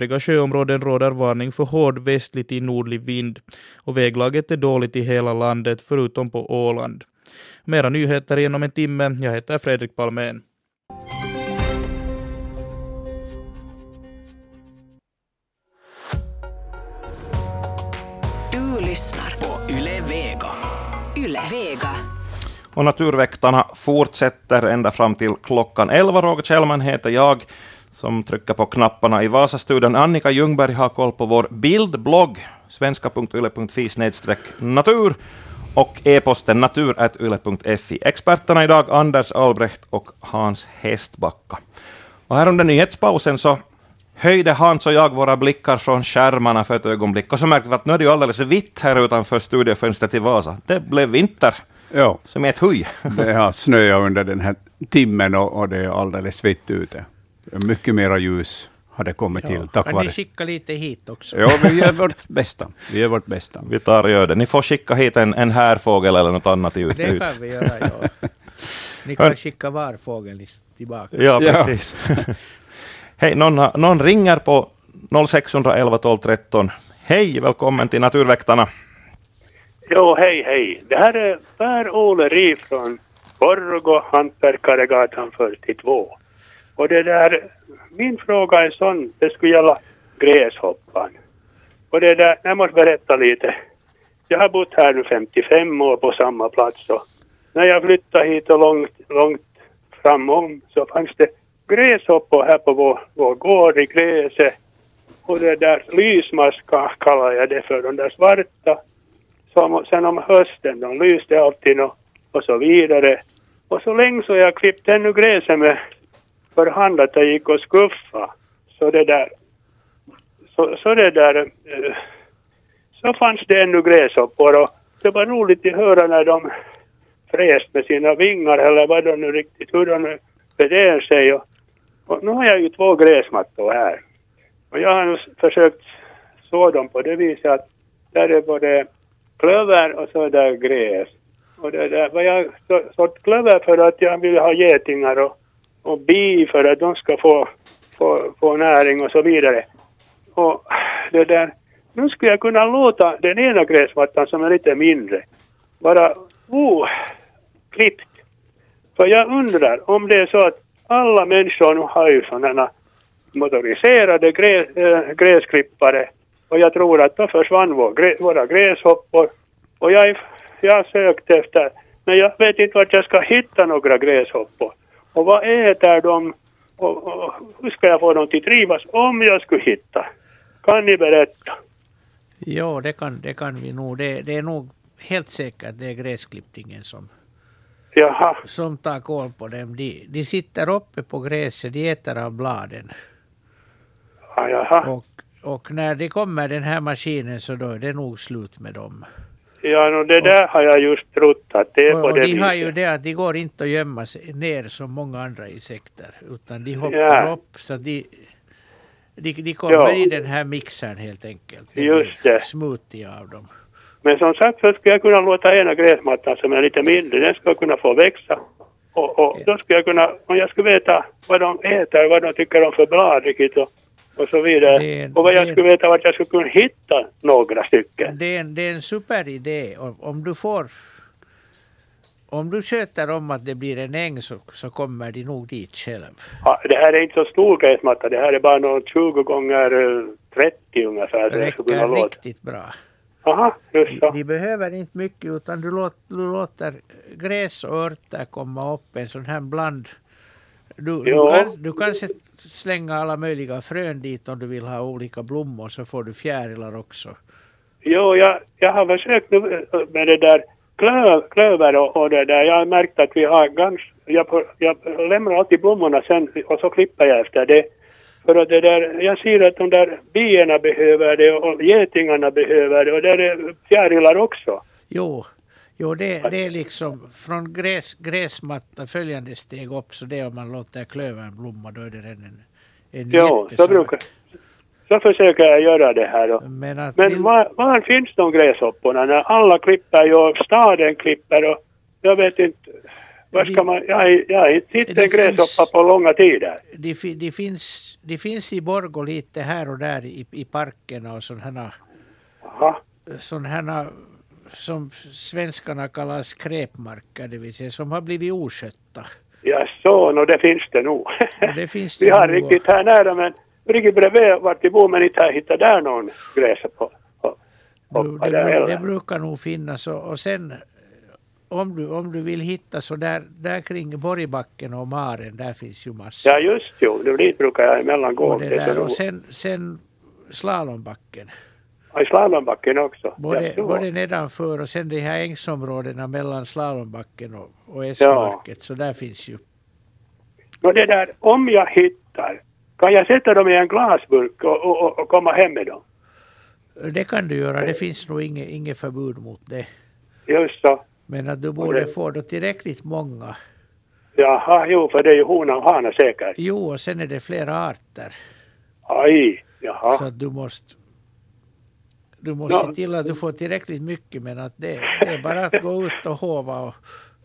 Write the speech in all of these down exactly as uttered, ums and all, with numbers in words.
övriga sjöområden råder varning för hård västlig till nordlig vind och väglaget är dåligt i hela landet förutom på Åland. Mera nyheter inom en timme. Jag heter Fredrik Palmén. Du lyssnar på Yle Vega. Yle Vega. Och Naturväktarna fortsätter ända fram till klockan elva. Roger Kjellman heter jag som trycker på knapparna i Vasastudion. Annika Ljungberg har koll på vår bildblogg svenska punkt yle punkt fi snedstreck natur och e-posten natur at yle punkt fi. Experterna idag Anders Albrecht och Hans Hästbacka. Och här under nyhetspausen så höjde Hans och jag våra blickar från skärmarna för ett ögonblick och så märkte vi att nu är det ju alldeles vitt här utanför studiofönstret i Vasa. Det blev vinter. Ja. Som är ett huj. Det har snöat under den här timmen och, och det är alldeles vitt ute. Mycket mera ljus har det kommit ja. till tack kan vare. Ni skicka lite hit också? Ja, vi gör vårt bästa. Vi gör vårt bästa. Vi tar och gör det. Ni får skicka hit en, en härfågel eller något annat ut. Det kan vi göra, ja. Ni kan skicka varfågel tillbaka. Ja, precis. Ja. Hej, någon, någon ringer på noll sex ett ett ett tolv tretton. Hej, välkommen till Naturväktarna. Jo, hej, hej. Det här är Per-Ole Ri från Borgå, Hantverkaregatan fyrtiotvå. Och det där, min fråga är sån, det skulle gälla gräshoppan. Och det där, jag måste berätta lite. Jag har bott här nu femtiofem år på samma plats och när jag flyttade hit och långt, långt framom så fanns det gräshoppor här på vår, vår gård i gräset. Och det där lysmaska kallar jag det för, de där svarta. Som, sen om hösten, de lyste alltid och, och så vidare. Och så länge så jag klippte ännu gräset med för hand att jag gick och skuffa. Så det där, så, så det där, så fanns det ännu gräshoppor och det var roligt att höra när de fräst med sina vingar eller vad de nu riktigt, hur de nu beter sig. Och, och nu har jag ju två gräsmattor här. Och jag har nu försökt så dem på det viset att där är både klöver och så där gräs. Och det där var jag så, sått klöver för att jag vill ha getingar och, och bi för att de ska få, få, få näring och så vidare. Och det där, nu skulle jag kunna låta den ena gräsmattan som är lite mindre vara oklippt. För jag undrar om det är så att alla människor nu har ju sådana motoriserade gräs, äh, gräsklippare. Och jag tror att då försvann vår, grä, våra gräshoppor. Och jag, jag har sökt efter, men jag vet inte vart jag ska hitta några gräshoppor. Och vad äter de? Och, och hur ska jag få dem till trivas om jag skulle hitta? Kan ni berätta? Ja, det kan, det kan vi nog. Det, det är nog helt säkert det är gräsklippningen som, Jaha. som tar koll på dem. De, de sitter uppe på gräset, de äter av bladen. Ja, jaha. Och Och när det kommer den här maskinen så då är det nog slut med dem. Ja, no, det där och, har jag just trott att det är och, på och det de viset. har ju det att de går inte att gömma sig ner som många andra insekter. Utan de hoppar ja. upp så att de, de, de kommer ja. i den här mixern helt enkelt. Det just det. Smoothie av dem. Men som sagt så ska jag kunna låta ena gräsmattan som är lite mindre, den ska kunna få växa. Och, och ja. då ska jag kunna, om jag ska veta vad de äter, vad de tycker om för blad riktigt och och så vidare. Det, och vad jag det, skulle veta var att jag skulle kunna hitta några stycken. Det är en, det är en superidé. Om du får om du sköter om att det blir en äng så, så kommer de nog dit själv. Ja, det här är inte så stor gräsmatta. Det här är bara någon tjugo gånger trettio ungefär. Det räcker riktigt bra. Aha, just så. De, de behöver inte mycket utan du låter, du låter gräs och örter komma upp en sån här bland. Du, du, kan, du kan slänga alla möjliga frön dit om du vill ha olika blommor så får du fjärilar också. Jo, jag, jag har försökt med det där klö, klöver och, och det där. Jag har märkt att vi har ganska... Jag, jag lämnar alltid blommorna sen och så klipper jag efter det. För att det där, jag ser att de där bierna behöver det och getingarna behöver det och där är fjärilar också. Jo. Jo, det, det är liksom från gräs, gräsmatta följande steg upp så det är om man låter klövern blomma då är det en, en jo, så brukar så försöker jag göra det här. Då. Men, att Men vill... var, var finns de gräshopporna när alla klipper och staden klipper och jag vet inte Vad ska de, man, jag, har- jag har inte sett en det gräshoppa finns- på långa tider. de, fi- de, finns, de finns i Borgå lite här och där i, i parkerna och sådana Aha. här som svenskarna kallar skräpmarker, det vill säga som har blivit oskötta. Ja, så, no, det finns det nog. Och det finns det Vi har nog. riktigt här nära, men riktigt bredvid vart vi bor, men inte har hittat där någon gräs på. på, på Du, på det, där bru- heller. det brukar nog finnas och, och sen om du, om du vill hitta så där, där kring Borgbacken och Maren, där finns ju massor. Ja, just jo. Det dit brukar jag emellan gå. och, det Det är så där, och roligt. sen, sen slalombacken. Ja, i slalombacken också. Både, Ja, så. både nedanför och sen de här ängsområdena mellan slalombacken och, och S-market. Så där finns ju. Och det där, om jag hittar, kan jag sätta dem i en glasburk och, och, och komma hem med dem? Det kan du göra. Det finns nog inget, inget förbud mot det. Just så. Men att du borde det- få då tillräckligt många. Jaha, jo, för det är ju hona och hana säkert. Jo, och sen är det flera arter. Aj, jaha. Så att du måste du måste Ja. se till att du får tillräckligt mycket, men att det, det är bara att gå ut och hova och,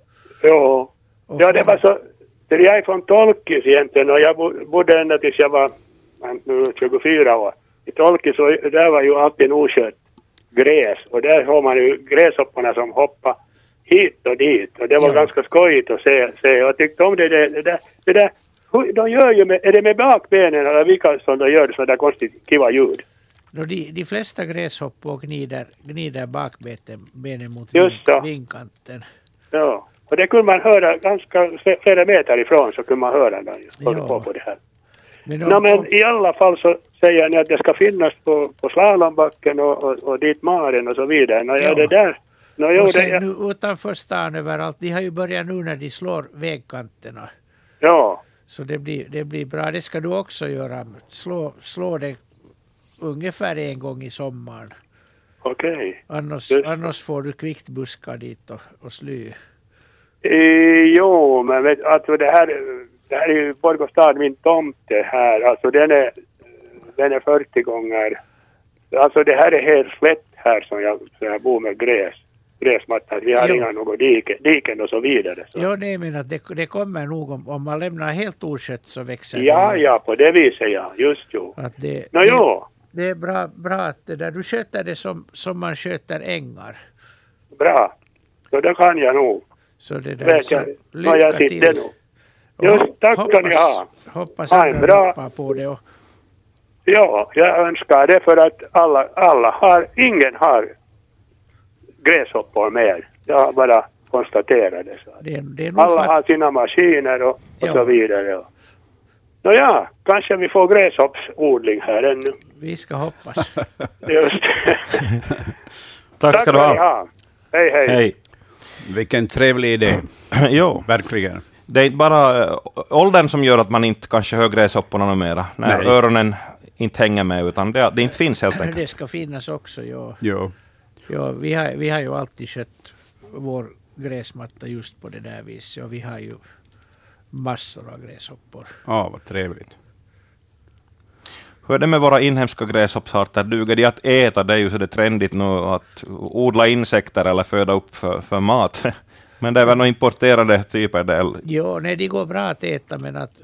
Jo. och Ja, få- det var så. Jag är från Tolkis egentligen och jag bo- bodde ända tills jag var nu, tjugofyra år. I Tolkis så där var ju alltid en oskött gräs och där har man ju gräshopparna som hoppar hit och dit och det var Ja. ganska skojigt att se, se. Jag tyckte om det, det, det där. Det där hur- de gör ju med, är det med bakbenen eller vilka som de gör så där konstigt kiva ljud? då de, de flesta gräshoppor gnider, gnider bakbenen benen mot Just så. ving, vingkanten. Ja. Och det kunde man höra ganska flera meter ifrån så kunde man höra dem ju. Håller Ja. på på det här. Men, No, om, men i alla fall så säger ni att det ska finnas på, på slalombacken och, och, och dit Maren och så vidare. Nå, ja. Ja. det där. No, jo, och det, sen ja. nu utanför stan överallt, de har ju börjat nu när de slår vägkanterna. ja. Så det blir, det blir bra. Det ska du också göra. Slå, slå det ungefär en gång i sommaren. Okej. Annars, Just. annars får du kvickt buskar dit och, och sly. Eh, jo, men vet, alltså det här, det här är ju Borgå stad, min tomte här. Alltså den är, den är fyrtio gånger. Alltså det här är helt slätt här som jag, som jag bor med gräs. Gräsmattan. Vi har Jo. inga något diken, diken och så vidare. Så. Jo, nej, men att det, det kommer nog om, om man lämnar helt oskött så växer Ja, det. ja, på det viset ja. Just jo. Att det, Nå det, jo, det är bra, bra att det där, du sköter det som, som man sköter ängar. bra. Så det kan jag nog. Så det där, Vet så jag. Nå, lycka jag till. sitter nog. Och Just, hop- tack ska ni ha. Hoppas Ha en andra bra- hoppar på det. Och, Ja, jag önskar det för att alla, alla har, ingen har gräshoppor mer. Jag bara konstaterar det. Så. det, är- det är nog Alla fatt, har sina maskiner och, och Ja. så vidare. Nå ja, kanske vi får gräshoppsodling här ännu. vi ska hoppas. Just. Tack ska du ni ha. Hej, hej. Hej. Vilken trevlig idé, Jo, verkligen. det är inte bara äh, åldern som gör att man inte kanske hör gräshopporna numera, när Nej. öronen inte hänger med, utan det, det inte finns helt enkelt. Det ska finnas också, ja. Jo. Ja, vi, har, vi har ju alltid skött vår gräsmatta just på det där viset. Och vi har ju massor av gräshoppor. Ja, vad trevligt. Hur är det med våra inhemska gräshoppsarter? Duger de att äta? Det är ju så det trendigt nu att odla insekter eller föda upp för, för mat. Men det är väl några importerade typer där. Jo, nej, det går bra att äta, men att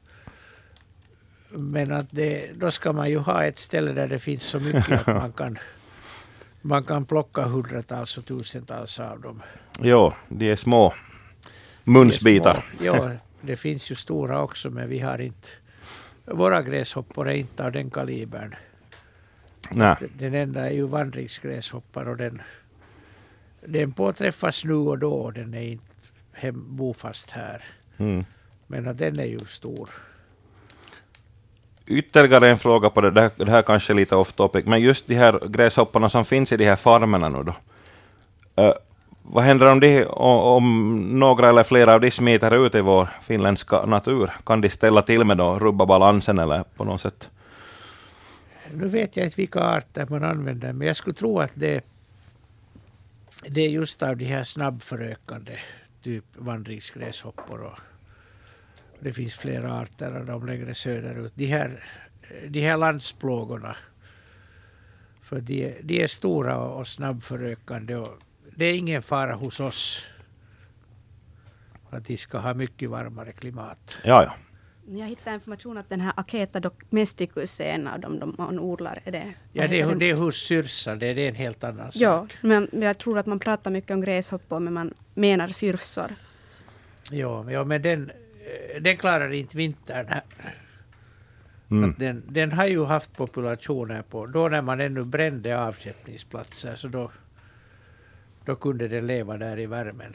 men att det, då ska man ju ha ett ställe där det finns så mycket att man kan man kan plocka hundratals och tusentals av dem. Jo, de är små munsbitar. Det är små. Jo, det finns ju stora också, men vi har inte, våra gräshoppor är inte av den kalibern. Nej. Den enda är ju vandringsgräshoppar och den, den påträffas nu och då och den är inte hem, bofast här. Mm. Men att den är ju stor. Ytterligare en fråga på det, det här, det här kanske är lite off topic, men just de här gräshopparna som finns i de här farmerna nu då. Uh, vad händer om, de, om, om några eller flera av de smiter ut i vår finländska natur? Kan de ställa till med då, rubba balansen eller på något sätt? Nu vet jag inte vilka arter man använder, men jag skulle tro att det, det är just av de här snabbförökande typ vandringsgräshoppor. Och det finns flera arter av dem längre söderut. De här, de här landsplågorna, för de, de är stora och snabbförökande och det är ingen fara hos oss Att de ska ha mycket varmare klimat. Ja, ja. Jag hittade information att den här Aketa domesticus är en av dem de man odlar. Är det, Ja, det är, det är hos syrsar, det är, det är en helt annan ja, sak. men jag tror att man pratar mycket om gräshoppor, men man menar syrsor. Ja, ja, men den, den klarar inte vintern här. Mm. Att den, den har ju haft populationer på, då när man ännu brände avsättningsplatser, så då, då kunde den leva där i värmen.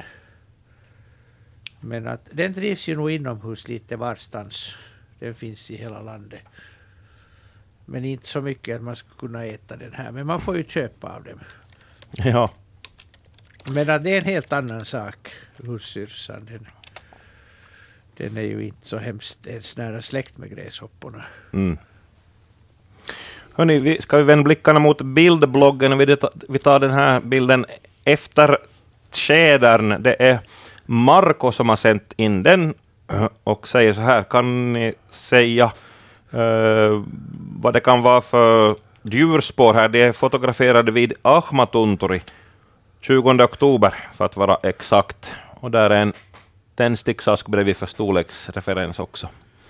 Men att den trivs ju nog inomhus lite varstans. Den finns i hela landet. Men inte så mycket att man ska kunna äta den här. Men man får ju köpa av dem. Ja. Men att det är en helt annan sak. Hussyrsan, den, den är ju inte så hemskt ens nära släkt med gräshopporna. Mm. Hörrni, vi, ska vi vända blickarna mot bildbloggen. Vi, vi tar den här bilden efter tjädern. Det är Marco som har sänt in den och säger så här: kan ni säga uh, vad det kan vara för djurspår här? Det är fotograferade vid Ahmatunturi tjugonde oktober för att vara exakt. Och där är en tändsticksask bredvid för storleksreferens också.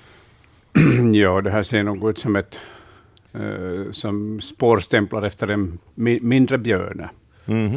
Ja, det här ser nog ut som ett uh, som spårstämplar efter en mi- mindre björn. Mm-hmm.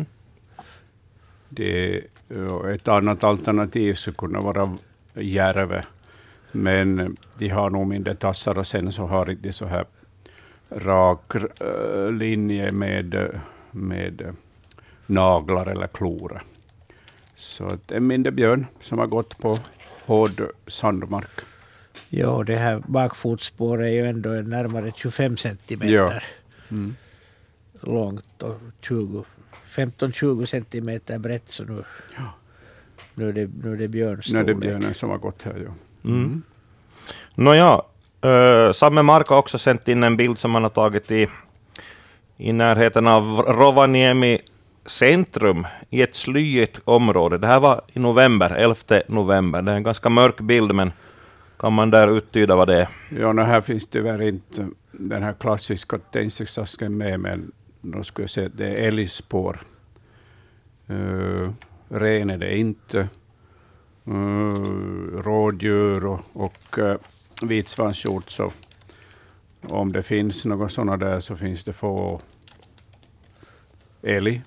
Det är ett annat alternativ skulle kunna vara järve, men de har nog mindre tassar och sen så har de så här rak uh, linje med, med naglar eller klor. Så det är en mindre björn som har gått på hård sandmark. Ja, det här bakfotspåret är ju ändå närmare tjugofem centimeter Ja. Mm. långt och tjugo, femton till tjugo centimeter brett, så nu, Ja. nu, är det, nu är det Nu björnstorlek. är det björnen som har gått här. Ja. Mm. Mm. Nåja, uh, Samme Mark har också sänt in en bild som han har tagit i, i närheten av Rovaniemi centrum i ett slyigt område. Det här var i november, elfte november. Det är en ganska mörk bild, men kan man där uttyda vad det är? Ja, no, här finns det väl inte den här klassiska tändsticksasken med, men då skulle jag säga att det är älgspår. Uh, ren är det inte. Uh, rådjur och, och uh, vitsvanshjort, så om det finns något sådana där så finns det få älg.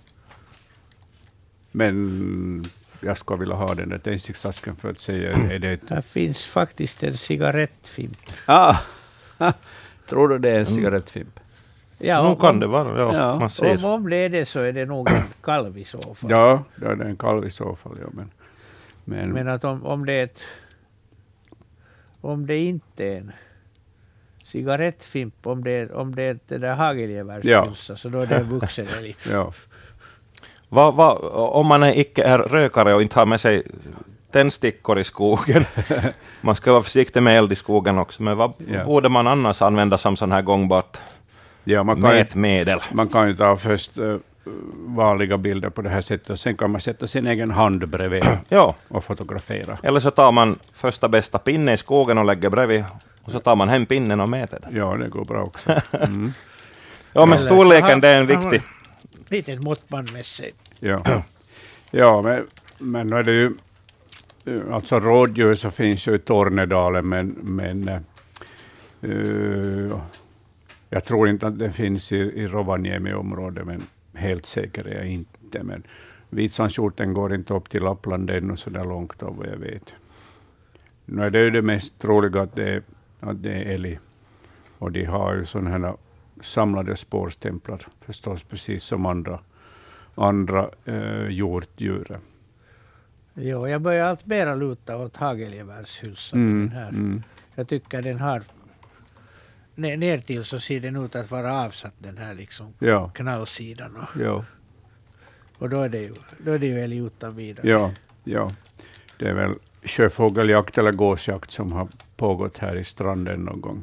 Men jag ska vilja ha den där tändsticksasken för att säga, är det ett... Här finns faktiskt en cigarettfimp. Ah, tror du det är en cigarettfimp? Ja, Nu om, kan det vara, ja, Ja. man ser. om, om det är det så är det nog en kalv i så fall. Ja, då är det en kalv i så fall. Ja, men, men, Men att om, om det är ett, om det inte är en cigarettfimp, om det är, om det är det där hagelgevärshylsa, Ja. så då är det en vuxen älg. ja. Va, va, om man är icke är rökare och inte har med sig tändstickor i skogen, man ska vara försiktig med eld i skogen också, men vad Ja. borde man annars använda som sån här gångbart ja man, kan ju, mätmedel? man kan ju ta först uh, vanliga bilder på det här sättet och sen kan man sätta sin egen hand bredvid Ja, och fotografera. eller så tar man första bästa pinne i skogen och lägger bredvid, och så tar man hem pinnen och mäter den. Ja, det går bra också. Mm. Ja, men Eller så storleken har- det är en har viktig. Litet måttband med sig. Ja, ja men, men nu är det ju... Alltså rådjur så finns ju i Tornedalen, men, men uh, jag tror inte att det finns i, i Rovaniemi-området, men helt säker är jag inte. Men vitsvanshjorten går inte upp till Lappland ännu så där långt av vad jag vet. Nu är det ju det mest troliga att det är, att det är älg. Och de har ju sådana här samlade spårstämplar förstås, precis som andra, andra uh, hjortdjur. Jo, jag börjar allt mera luta åt hageljevärshylsan. Mm, Den här. mm. Jag tycker den har ner, ner till så ser den ut att vara avsatt, den här liksom Ja, knallsidan. Och, ja, och då är det ju, då är det ju älg utan vidare. ja, ja. Det är väl sjöfågeljakt eller gåsjakt som har pågått här i stranden någon gång.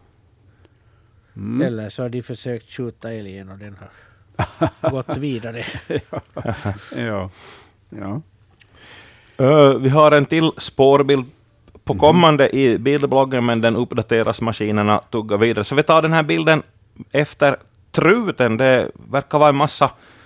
Mm. Eller så har de försökt skjuta älgen och den har gått vidare. Ja, ja. Uh, vi har en till spårbild på kommande i bildbloggen, men den uppdateras, maskinerna tuggar vidare. Så vi tar den här bilden efter truten. Det verkar vara en massa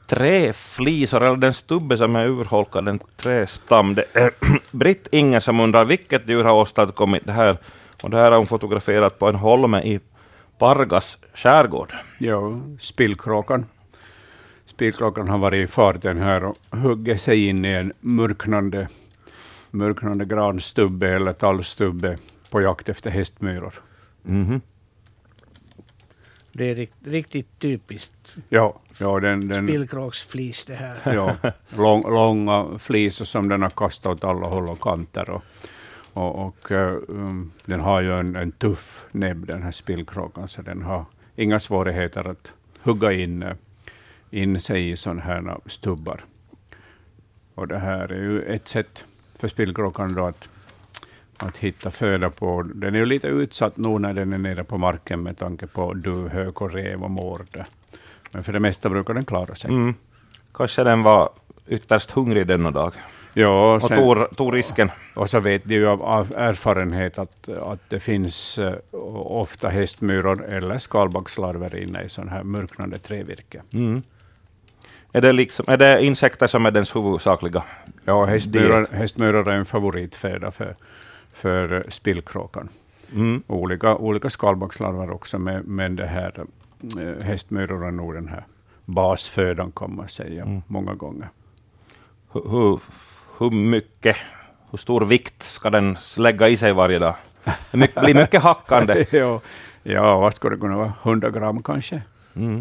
träflisor, eller den stubbe som är urholkad, en trästam. Det är Britt Inge som undrar vilket djur har åstadkommit det här. Och det här har hon fotograferat på en holme i Pargas skärgård. Ja, spillkråkan. Spillkråkan har varit i farten här och huggit sig in i en mörknande, mörknande granstubbe eller tallstubbe på jakt efter hästmyror. Mm-hmm. Det är rikt, riktigt typiskt. Ja, ja den, den spillkråksflis det här. Ja, lång, långa flisor som den har kastat åt alla håll och kanter. Och, och, och um, den har ju en, en tuff näbb, den här spillkråkan, så den har inga svårigheter att hugga in, in sig i sådana här stubbar. Och det här är ju ett sätt för spillkråkan då att, att hitta föda på. Den är ju lite utsatt nu när den är nere på marken med tanke på duvhök och rev och mård. Men för det mesta brukar den klara sig. Mm. Kanske den var ytterst hungrig denna dag. Ja, och sen, tog, tog risken. Och så vet de ju av, av erfarenhet att, att det finns uh, ofta hästmyror eller skalbaggslarver inne i sån här mörknande trävirke. Mm. Är det, liksom, är det insekter som är dens huvudsakliga? Ja, hästmyror, hästmyror är en favoritföda för, för spillkråkan. Mm. Olika, olika skalbaggslarver också, med, med det här uh, hästmyror är nog den här basfödan, kan man säga, mm. många gånger. Hur, hur, hur mycket, hur stor vikt ska den lägga i sig varje dag? Det blir mycket hackande. ja, ja, vad ska det kunna vara? hundra gram kanske? Mm.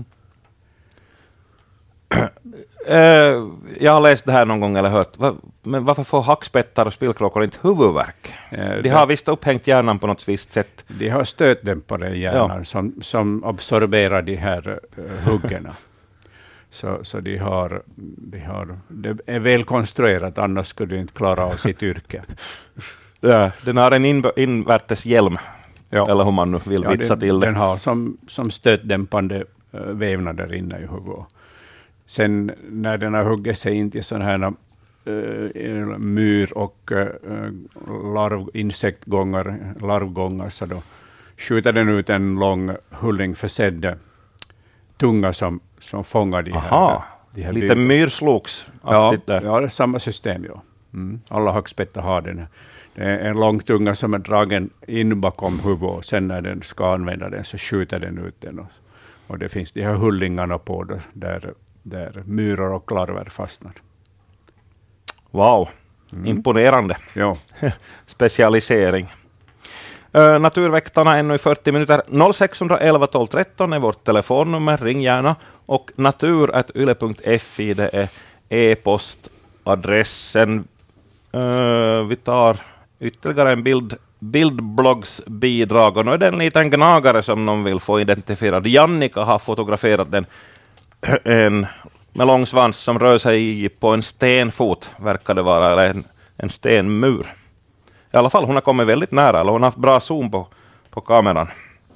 uh, jag har läst det här någon gång eller hört. Va, men varför får hackspettar och spillkråkor inte huvudvärk? Uh, de har visst upphängt hjärnan på något visst sätt. De har stötdämpare i hjärnan, ja, som, som absorberar de här uh, huggerna. Så, så de har, de har, det är väl konstruerat, annars skulle de inte klara av sitt yrke. Ja, den har en in, invärtes hjälm, ja, eller hur man nu vill ja, vitsa den, till det. Den har som, som stötdämpande uh, vävnader inne i huvudet. Sen när den har huggit sig in till sådana här uh, myr och uh, larv, insektgångar, larvgångar, så då skjuter den ut en lång hullingförsedd tunga som som fångar de här. Aha, de här lite myrsloks. Ja, ja, det är samma system. Ja. Mm. Alla hackspettar har den. Det är en lång tunga som är dragen in bakom huvudet. Sen när den ska använda den så skjuter den ut den. Och, och det finns de här hullingarna på där, där, där myror och larver fastnar. Wow, mm. Imponerande. Ja. Specialisering. Uh, Naturväktarna ännu i fyrtio minuter. noll sex ett ett tolv tretton är vårt telefonnummer. Ring gärna. Och natur at yle punkt fi, det är e-postadressen. Uh, vi tar ytterligare en bild. Bildbloggsbidrag. Och nu är det en liten gnagare som någon vill få identifierad. Jannika har fotograferat den. En med lång svans som rör sig på en stenfot, verkar det vara. Eller en, en stenmur. I alla fall, hon har kommit väldigt nära, eller hon har haft bra zoom på, på kameran.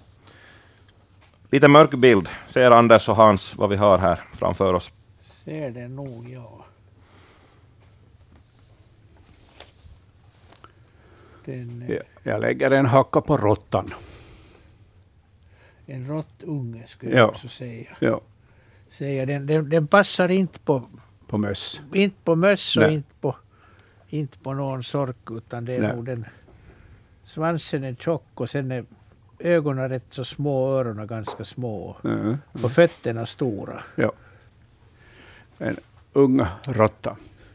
Lite mörk bild. Ser Anders och Hans vad vi har här framför oss? Ser det nog, ja. Den, jag, jag lägger en hacka på råttan. En råttunge skulle ja. jag också säga. Ja. säga den, den, den passar inte på, på möss. Inte på möss och Nej. inte på Inte på någon sork, utan det är Nej. nog den. Svansen är tjock och sen är ögonen rätt så små, öronen ganska små. Mm. Mm. Och fötterna stora. Ja. En ung råtta.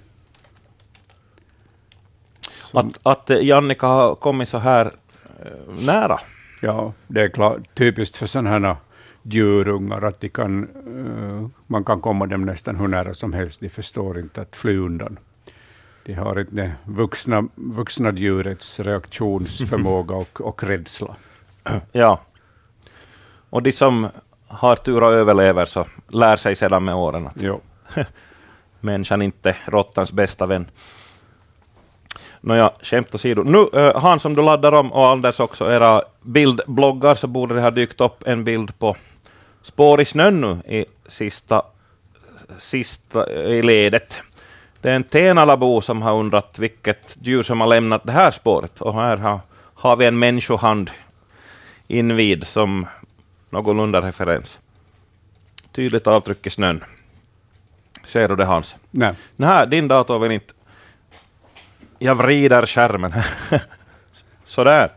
Att, att Jannika har kommit så här eh, nära. Ja, det är klart, typiskt för sådana här djurungar att de kan, uh, man kan komma dem nästan hur nära som helst. De förstår inte att fly undan. De har inte vuxna, vuxna djurets reaktionsförmåga och, och rädsla. Ja. Och de som har tur och överlever så lär sig sedan med åren att jo. människan inte råttans bästa vän. Nåja, skämt åsido. Nu, uh, han som du laddar om och Anders också, era bildbloggar, så borde det ha dykt upp en bild på spår i snön nu i sista, sista i ledet. Det är en tenalabo som har undrat vilket djur som har lämnat det här spåret. Och här har, har vi en människohand invid som någorlunda referens. Tydligt avtryck i snön. Ser du det, Hans? Nej. Nej, din dator vill inte. Jag vrider skärmen. Sådär.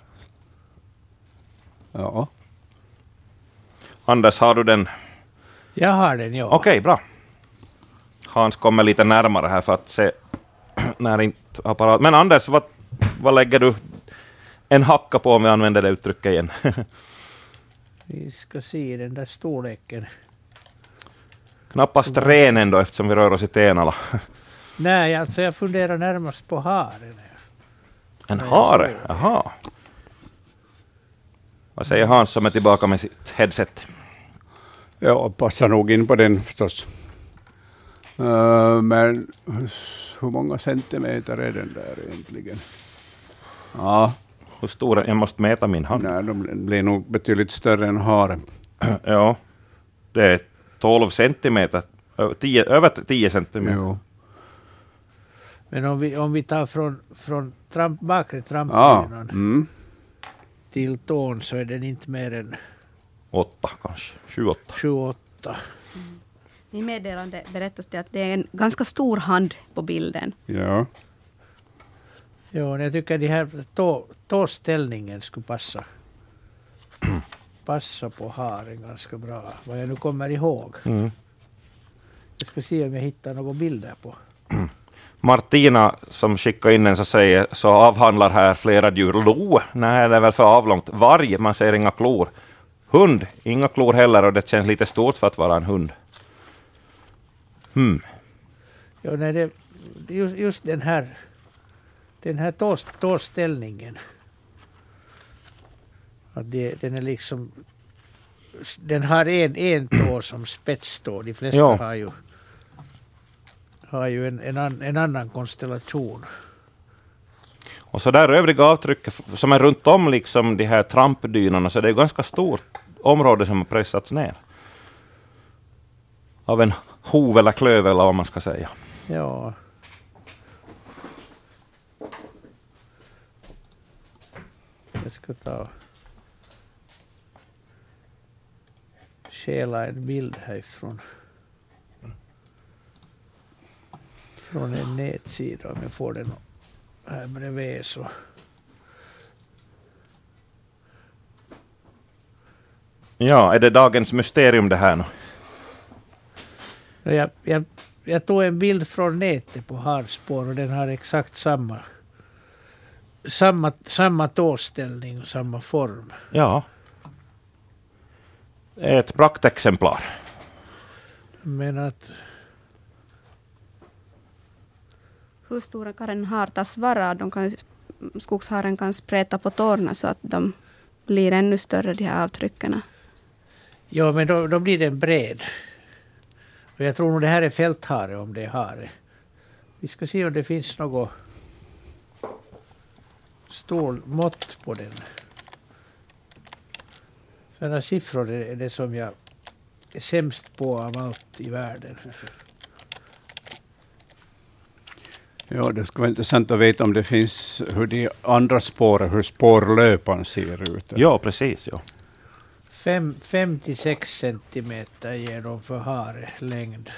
Ja. Anders, har du den? Jag har den, ja. Okej, okay, bra. Hans kommer lite närmare här för att se när inte apparat. Men Anders, vad, vad lägger du en hacka på om vi använder det uttrycket igen? Vi ska se den där storleken. Knappast ren ändå eftersom vi rör oss i Tenala. Nej, alltså jag funderar närmast på haren. En hare? Jaha. Vad säger Hans som är tillbaka med sitt headset? Ja, passar nog in på den förstås. Uh, men hur många centimeter är den där egentligen? Ja. Hur stor? Jag måste mäta min hand. Nej, de blir nog betydligt större än haren. Ja, det är tolv centimeter. tio, över tio centimeter. Jo. Men om vi, om vi tar från, från tramp, bakre trampdynan ja. mm. till tån så är den inte mer än åtta kanske. Sju, åtta. Sju, åtta. Mm. I meddelande berättas det att det är en ganska stor hand på bilden. Ja. Ja, jag tycker att de här tå, tåställningen skulle passa. Passa på haren ganska bra. Vad jag nu kommer ihåg. Mm. Jag ska se om jag hittar några bilder på. Martina som skickar in en så säger så avhandlar här flera djur. Lo, nej det är väl för avlångt. Varg, man ser inga klor. Hund, inga klor heller och det känns lite stort för att vara en hund. Hmm. Ja, nej, det, just, just den här den här tå, tåställningen. Att det, den är liksom den har en, en tå som spetstå. De flesta ja. har ju har ju en, en, an, en annan konstellation. Och så där övriga avtryck som är runt om liksom de här trampdynorna, så det är ganska stort område som har pressats ner. Av en hov eller klöv eller vad man ska säga. Ja. Jag ska ta stjäla en bild härifrån. Från en nätsida om jag får den här bredvid så. Ja, är det dagens mysterium det här nu? Jag, jag, jag tog en bild från nätet på harspår och den har exakt samma samma, samma tåställning och samma form. Ja. Ett praktexemplar. Men att hur stora kan en har tas vara? De kan, skogsharen kan spräta på tårna så att de blir ännu större, de här avtryckarna. Ja, men då, då blir den bred. Och jag tror nog det här är fälthare om det är hare. Vi ska se om det finns något stor mått på den. Sådana siffror är det som jag är sämst på av allt i världen. Ja, det skulle vara intressant att veta om det finns hur de andra spåren, hur spårlöpan ser ut. Ja, precis. Ja. Fem, femtiosex centimeter ger de för hare längd.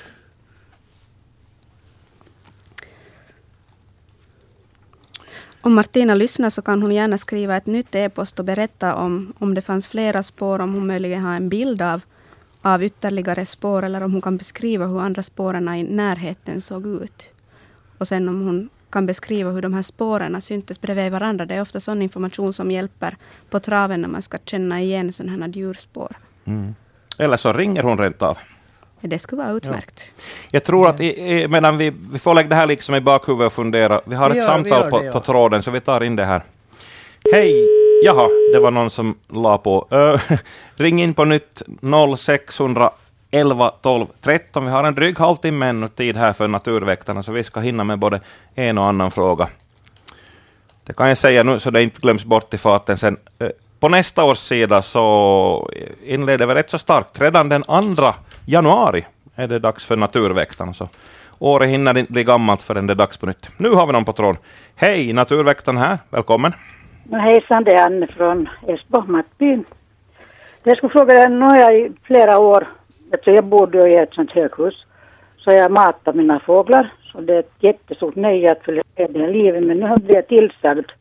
Om Martina lyssnar så kan hon gärna skriva ett nytt e-post och berätta om, om det fanns flera spår, om hon möjligen har en bild av, av ytterligare spår eller om hon kan beskriva hur andra spåren i närheten såg ut. Och sen om hon kan beskriva hur de här spåren syntes bredvid varandra. Det är ofta sån information som hjälper på traven när man ska känna igen sådana här djurspår. Mm. Eller så ringer hon rent av. Det skulle vara utmärkt. Ja. Jag tror att i, i, medan vi, vi får lägga det här liksom i bakhuvudet och fundera. Vi har ett vi gör, samtal på, det, ja. på tråden så vi tar in det här. Hej! Jaha, det var någon som la på. Uh, ring in på nytt noll sex elva tolv tretton. Vi har en dryg halvtimme ännu tid här för naturväktarna så vi ska hinna med både en och annan fråga. Det kan jag säga nu så det inte glöms bort i farten sen. Uh, på nästa års sida så inleder vi rätt så starkt. Redan den andra januari är det dags för naturväktarna. Så året hinner inte bli gammalt förrän det är dags på nytt. Nu har vi någon på tråden. Hej, naturväktarna här. Välkommen. Hejsan, det är Anne från Esbo, Mattbyn. Jag skulle fråga dig, nu har jag i flera år, jag bodde i ett sånt höghus, så jag matar mina fåglar. Så det är ett jättestort nöje att följa med det livet. Men nu har jag tillsagd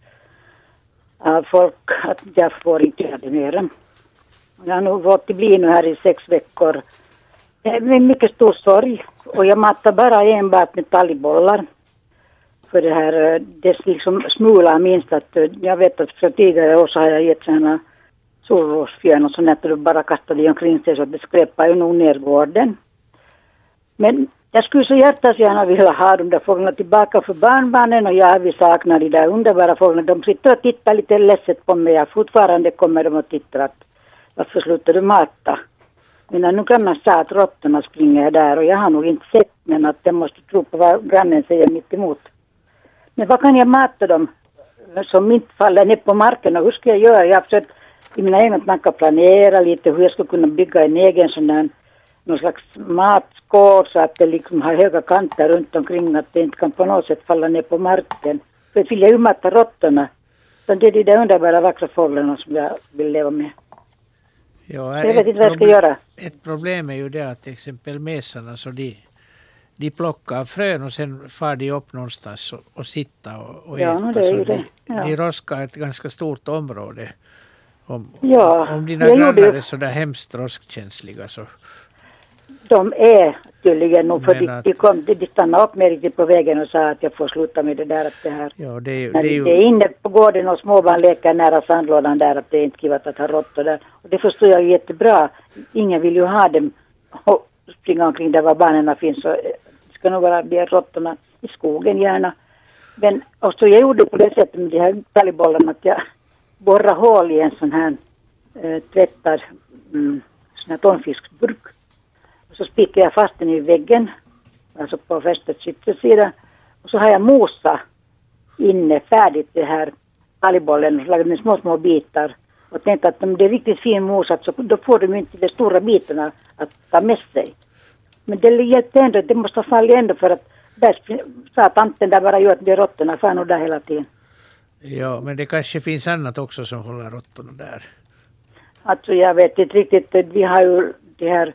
av folk att jag får inte göra det mer. Jag har nog fått bli nu här i sex veckor. Det är mycket stor sorg. Och jag matar bara enbart med talgbollar. För det här, det liksom smular minst att jag vet att för tidigare år så har jag gett sådana solrosfjön och sånt att du bara kastade omkring sig så att det skräpar ju nog ner gården. Men jag skulle så hjärtas gärna vilja ha de där fåglarna tillbaka för barnbarnen och jag vill sakna de där underbara fåglarna. De sitter och tittar lite ledset på mig. Jag fortfarande kommer de och tittar att varför slutar du mata? Men nu kan man säga att råttorna springer där och jag har nog inte sett men att jag måste tro på vad grannen säger mitt emot. Men vad kan jag mata dem som inte faller ner på marken och hur ska jag göra? Jag har försökt i mina egna tankar planera lite hur jag ska kunna bygga en egen sån där någon slags matskål så att det liksom har höga kanter runt omkring att det inte kan på något sätt falla ner på marken. För att vill jag ju mata råttorna. Så det är de där underbara vackra fåglarna som jag vill leva med. Ja, jag vet inte vad jag ska göra. Ett problem är ju det att till exempel mesarna så de, de plockar frön och sen far de upp någonstans och, och sitta och, och ja, äta. Det är så det. de, Ja. de roskar ett ganska stort område. Om, ja, om dina grannar är så där hemskt roskkänsliga så... De är tydligen nog för att, de, de, kom, de, de stannade upp med riktigt på vägen och sa att jag får sluta med det där att det här. Ja, det är ju... När Det är, ju, det är inne på gården och småbarn leker nära sandlådan där att det är inte kivat att ha råttor där. Och det förstår jag ju jättebra. Ingen vill ju ha dem och springa omkring där var barnen finns. Så det ska nog vara de råttorna i skogen gärna. Men och så jag gjorde på det sättet med de här talgbollarna att jag borrar hål i en sån här äh, tvättad mm, sån här tonfiskburk. Så spikar jag fast den i väggen, alltså på fästets yttersida. Och så har jag mosa inne färdigt det här talgbollen och slagit med små, små bitar. Och tänkte att om det är riktigt fin mosat så då får de inte de stora bitarna att ta med sig. Men det hjälpte ändå, det måste falla ändå för att där sa tanten där bara gör att de råttorna far nog där hela tiden. Ja, men det kanske finns annat också som håller råttorna där. Alltså jag vet inte riktigt, vi har ju det här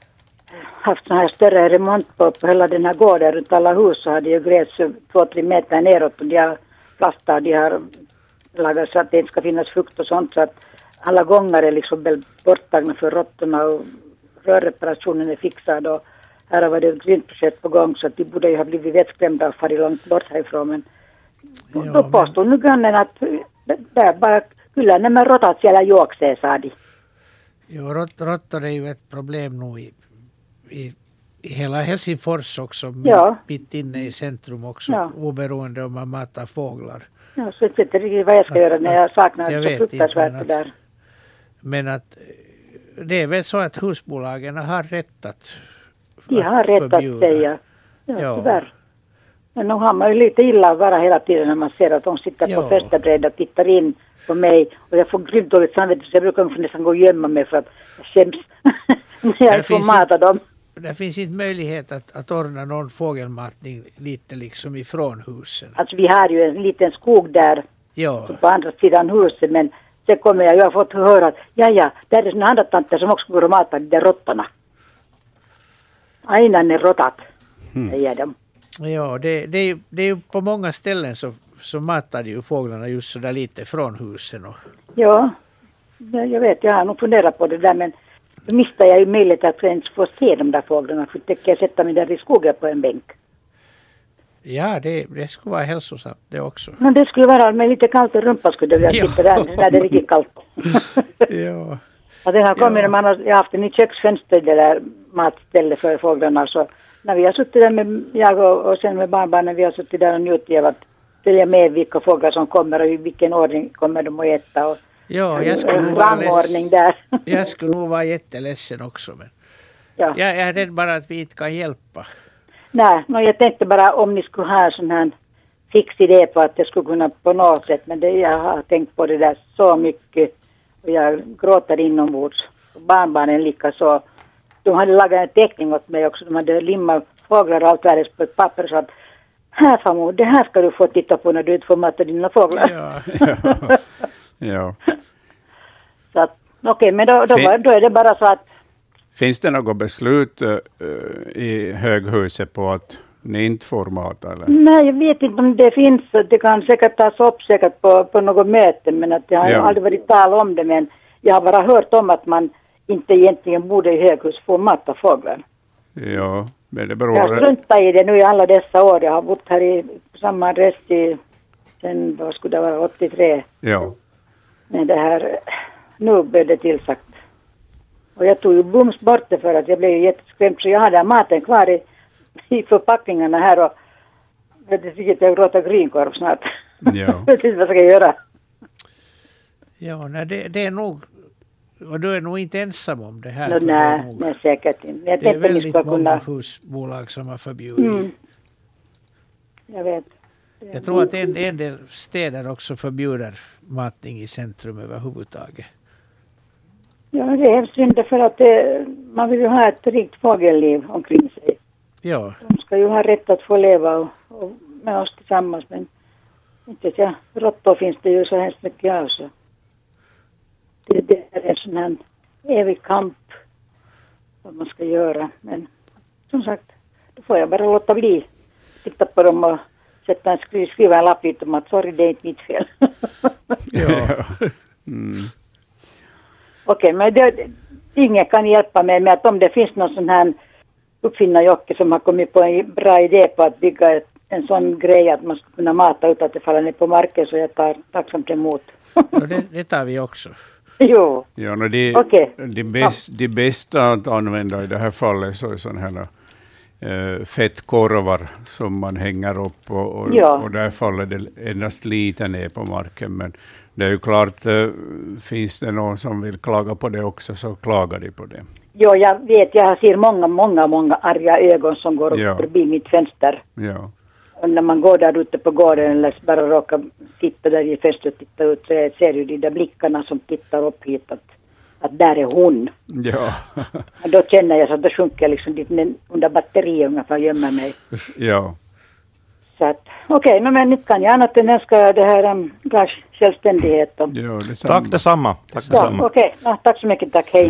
haft sån här större remont på, på hela den här gården runt alla hus så hade ju gräs två, tre meter neråt och de har plastat, de har lagat så att det inte ska finnas fukt och sånt så att alla gångar är liksom väl borttagna för råttorna och rörreparationen är fixad och här har varit ett grindprojekt på gång så att de borde ju ha blivit vettskrämda och farit långt bort härifrån men ja, då påstod men... nu grannen att det är bara kyllä nämä rotat siellä juoksee sa de. Ja, råttor är ju ett problem nu i I, i hela Helsingfors också, ja. Mitt inne i centrum också, ja. Oberoende om man matar fåglar. Ja, så jag vet inte riktigt vad jag ska att, göra när jag saknar jag så fruktansvärt det där. Men att det är väl så att husbolagen har rätt att De har rätt förbjuda. Att säga. Ja, ja. Tyvärr. Men nu har man ju lite illa att vara hela tiden när man ser att de sitter ja. På fästebrädan och tittar in på mig och jag får grymt dåligt samvete så jag brukar nästan gå och gömma mig för att jag skäms när jag får mata dem. Det finns inte möjlighet att, att ordna någon fågelmatning lite liksom ifrån husen. Alltså vi har ju en liten skog där ja. På andra sidan huset men sen kommer jag, jag har fått höra att ja ja, där är såna andra tanter som också går och matar de där råttorna. Aina ne rotat, hmm. säger de. Ja, det, det, är ju, det är ju på många ställen så, så matar ju fåglarna just så där lite från husen. Och... Ja, jag vet, jag har nog funderat på det där men då missar jag ju möjlighet att ens få se de där fåglarna för att jag sätta mig där i skogen på en bänk. Ja, det, det skulle vara hälsosamt det också. Men det skulle vara med lite kallt i rumpa skulle jag sitta där när det är riktigt kallt. ja. Och det har kommit när man har, jag har haft en i köksfönster det där matstället för fåglarna så när vi har suttit där med jag och, och sen med barnbarnen vi har suttit där och njutit av att följa med vilka fåglar som kommer och i vilken ordning kommer de att äta och ja, jag skulle nog rangordning där. jag skulle nog vara jätteledsen också men ja. jag är rädd bara att vi inte kan hjälpa. Nej, no, jag tänkte bara om ni skulle ha sån här fix idé på att det skulle kunna på något sätt men det, jag har tänkt på det där så mycket och jag gråter inombords. Och barnbarnen lika så. De hade lagat en teckning åt mig också. De hade limmat fåglar och allt värdes på ett papper så att här farmor, det här ska du få titta på när du inte får mata dina fåglar. Ja, ja. ja. Så att, okej, okay, men då, då, var, då är det bara så att Finns det något beslut uh, i höghuset på att ni inte får mat? Eller? Nej, jag vet inte om det finns. Det kan säkert tas upp säkert på, på något möte, men att jag har Ja. aldrig varit tal om det. Men jag har bara hört om att man inte egentligen borde i höghus få mat av fåglar. Ja, men det Jag beror... har struntat i det nu i alla dessa år. Jag har bott här i samma adress i, sen, vad skulle det vara, åttiotre. Ja. Men det här, nu blev det tillsagt. Och jag tog ju bums bort det för att jag blev jätteskrämd. Så jag hade maten kvar i, i förpackningarna här och vet du, vilket jag gråter grynkorv snart. Ja. Vet inte vad jag ska göra. Ja, nej, det, det är nog, och du är nog inte ensam om det här. No, för det, nej, är nog, nej, säkert inte. Jag det är tänkte vi väldigt ska många kunna... husbolag som har förbjudit. Mm. Jag vet. Jag tror att en, en del städer också förbjuder matning i centrum överhuvudtaget. Ja, det är synd för att det, man vill ju ha ett rikt fågelliv omkring sig. Ja, De ska ju ha rätt att få leva och, och med oss tillsammans, men inte så. Råttor finns det ju så hemskt mycket av, så det, det är en sån här evig kamp vad man ska göra. Men som sagt, då får jag bara låta bli. Titta på dem och sätta en skri, skriva en lapp ut om att sorry, det är inte mitt fel. ja. Mm. Okej, men det, ingen kan hjälpa mig med att om det finns någon sån här uppfinnarjocke som har kommit på en bra idé på att bygga ett, en sån grej att man ska kunna mata utan att det faller ner på marken, så jag tar tacksamt emot. Och det, det tar vi också. Jo. Ja, no, de, Okej. de, bäst, de bästa att använda i det här fallet så är sådana här uh, fettkorvar som man hänger upp och, och, Ja. och där faller det endast lite ner på marken. Men det är ju klart, uh, finns det någon som vill klaga på det också, så klagar de på det. Jo, jag vet, jag ser många, många, många arga ögon som går upp Ja. förbi mitt fönster. Ja, Och när man går där ute på gården eller bara råkar titta där i fönstret och titta ut, så ser ju de där blickarna som tittar upp hit att, att där är hon. ja, Och då känner jag så att då sjunker jag liksom dit med- under batteriet ungefär och gömmer mig. ja. Så att, okej, okay, men inte kan jag annat än önska det här um, glass självständighet. Och, ja detsamma. Tack detsamma. Tack ja, detsamma. okej, okay. ja, tack så mycket, tack, hej.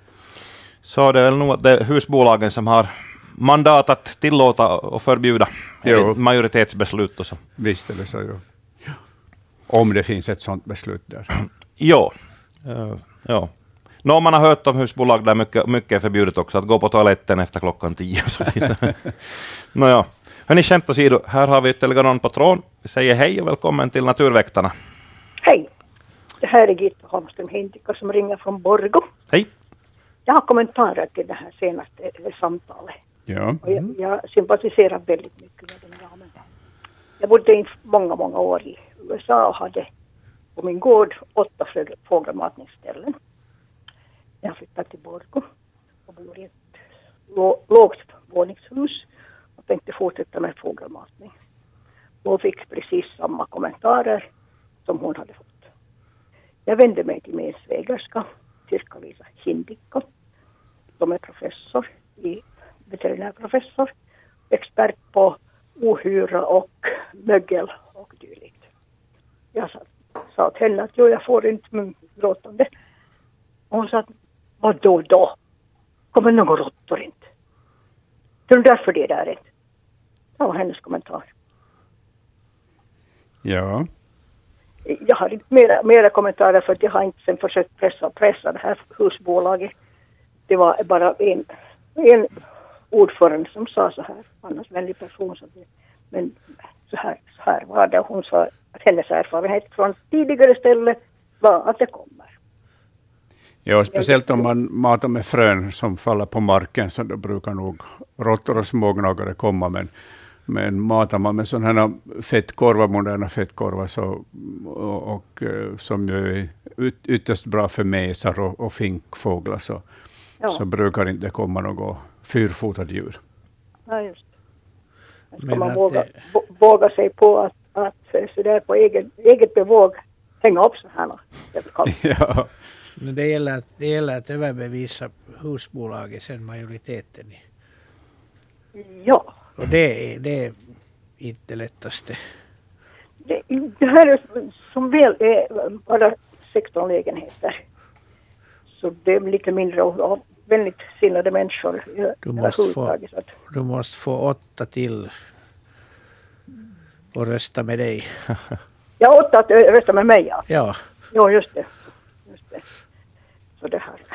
Så det är väl nog att det är husbolagen som har mandat att tillåta och förbjuda. Jo. Majoritetsbeslut och så. Visst är det så, ja. Om det finns ett sådant beslut där. Ja. Uh, ja. Nå, man har hört om husbolag där mycket, mycket är förbjudet också. Att gå på toaletten efter klockan tio och så vidare. Nåja. Hörni, skämt åsido, här har vi ytterligare någon på tråden. Vi säger hej och välkommen till Naturväktarna. Hej, det här är Gitta Holmström Hindika som ringer från Borgo. Hej. Jag har kommentarer till det här senaste samtalet. Ja. Och jag, jag sympatiserar väldigt mycket med den damen. Jag bodde i många, många år i U S A och hade på min gård åtta fågel- fågelmatningsställen. Jag flyttade till Borgo och bor i ett lå- lågt våningshus och tänkte fortsätta med fågelmatning. Och fick precis samma kommentarer som hon hade fått. Jag vände mig till min svägerska, Sirkka-Liisa Hindikka, som är professor, i, veterinärprofessor, expert på ohyra och mögel och dylikt. Jag sa, sa till henne att jo, jag får inte med gråtande. Och hon sa att vad då då? Kommer någon råttor inte? Det är därför det är där inte. Det var hennes kommentar. Ja. Jag har inte mera, mera kommentarer för att jag har inte sen försökt pressa, pressa det här husbolaget. Det var bara en, en ordförande som sa så här, annars väldigt person. Så det, men så här, så här var det. Hon sa att hennes erfarenhet från tidigare ställe var att det kommer. Ja, speciellt om man matar med frön som faller på marken, så då brukar nog råttor och smågnagare komma. Men, men matar man med sådana här fettkorvar, moderna fettkorvar, så, och, och som ju är yt, ytterst bra för mesar och, och finkfåglar, så, Ja. så brukar inte komma något fyrfotad djur. Ja, just det. Ska Men man att våga, det- vå- våga sig på att, att så där på egen, eget bevåg hänga upp så här. Ja. Men det gäller, att, det gäller att överbevisa husbolaget sen majoriteten. i- Ja. Och det är, det är inte det lättaste. Det, det här är som väl är bara sexton lägenheter. Så det är lite mindre och, och väldigt sinnade människor. Du måste, få, du måste få åtta till och rösta med dig. Ja, åtta att rösta med mig, ja. Ja. Ja, just det. Just det. Så det här.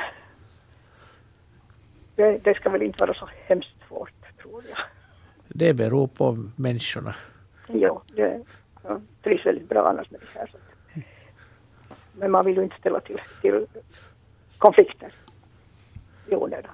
Det, det ska väl inte vara så hemskt svårt, tror jag. Det beror på människorna. Ja, det ja, trivs väldigt bra annars med det här. Så. Men man vill ju inte ställa till, till konflikter i onödan.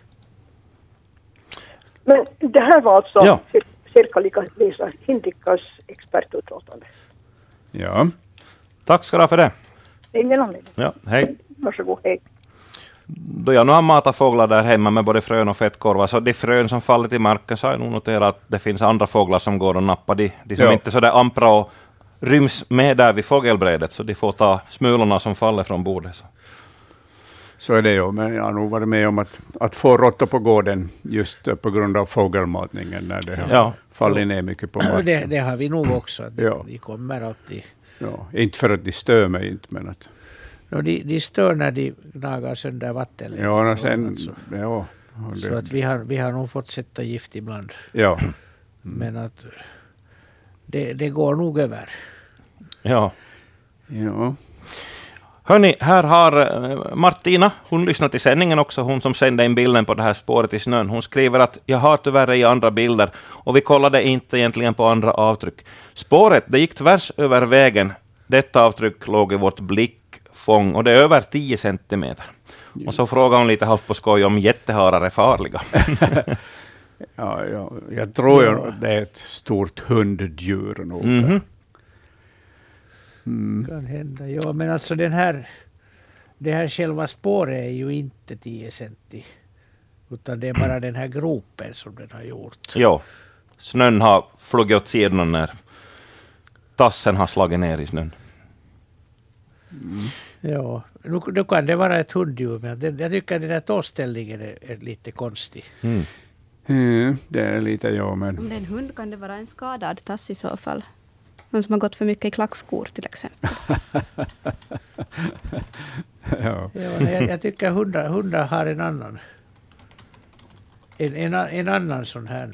Men det här var alltså ja. cirka lika Lisa Hintikas expertutlåtande. Ja. Tack ska du ha för det. Ingen anledning. Ja, hej. Varsågod, hej. Då jag nu har matat fåglar där hemma med både frön och fettkorvar, så de frön som faller till marken så har jag nog noterat att det finns andra fåglar som går och nappar. De, de som ja. inte är så där ampra och ryms med där vid fågelbrädet, så de får ta smulorna som faller från bordet. Så, så är det ju, men jag har nog varit med om att, att få råttor på gården just på grund av fågelmatningen när det har ja. fallit ner mycket på marken. Det, det har vi nog också, att ja. de kommer alltid. Ja, inte för att de stör mig, inte, men att... No, de, de stör när de gnagar sönder vatten. Ja, sen... Alltså. Ja, det. Så att vi har, vi har nog fått sätta gift ibland. Ja. Mm. Men att det, det går nog över. Ja. Ja. Hörni, här har Martina, hon lyssnar till sändningen också, hon som sände in bilden på det här spåret i snön. Hon skriver att jag har tyvärr i andra bilder och vi kollade inte egentligen på andra avtryck. Spåret, det gick tvärs över vägen. Detta avtryck låg i vårt blickfång och det är över tio centimeter. Ja. Och så frågar hon lite halvt på skoj om jätteharar är farliga. ja, ja, jag tror ju att det är ett stort hunddjur nog. Mm-hmm. Mm. Kan hända, ja, men alltså den här det här själva spåret är ju inte tio centi, utan det är bara den här gropen som den har gjort. Ja, snön har flugit åt sidan när tassen har slagit ner i snön. Mm. Ja, nu, nu kan det vara ett hunddjur, men det, jag tycker att den här tåställningen är, är lite konstig. Mm. Mm, det är lite, ja, men... Om det är en hund kan det vara en skadad tass i så fall. Någon som har gått för mycket i klackskor till exempel. ja. Ja, jag, jag tycker hundar, hundar har en annan en, en, en annan sån här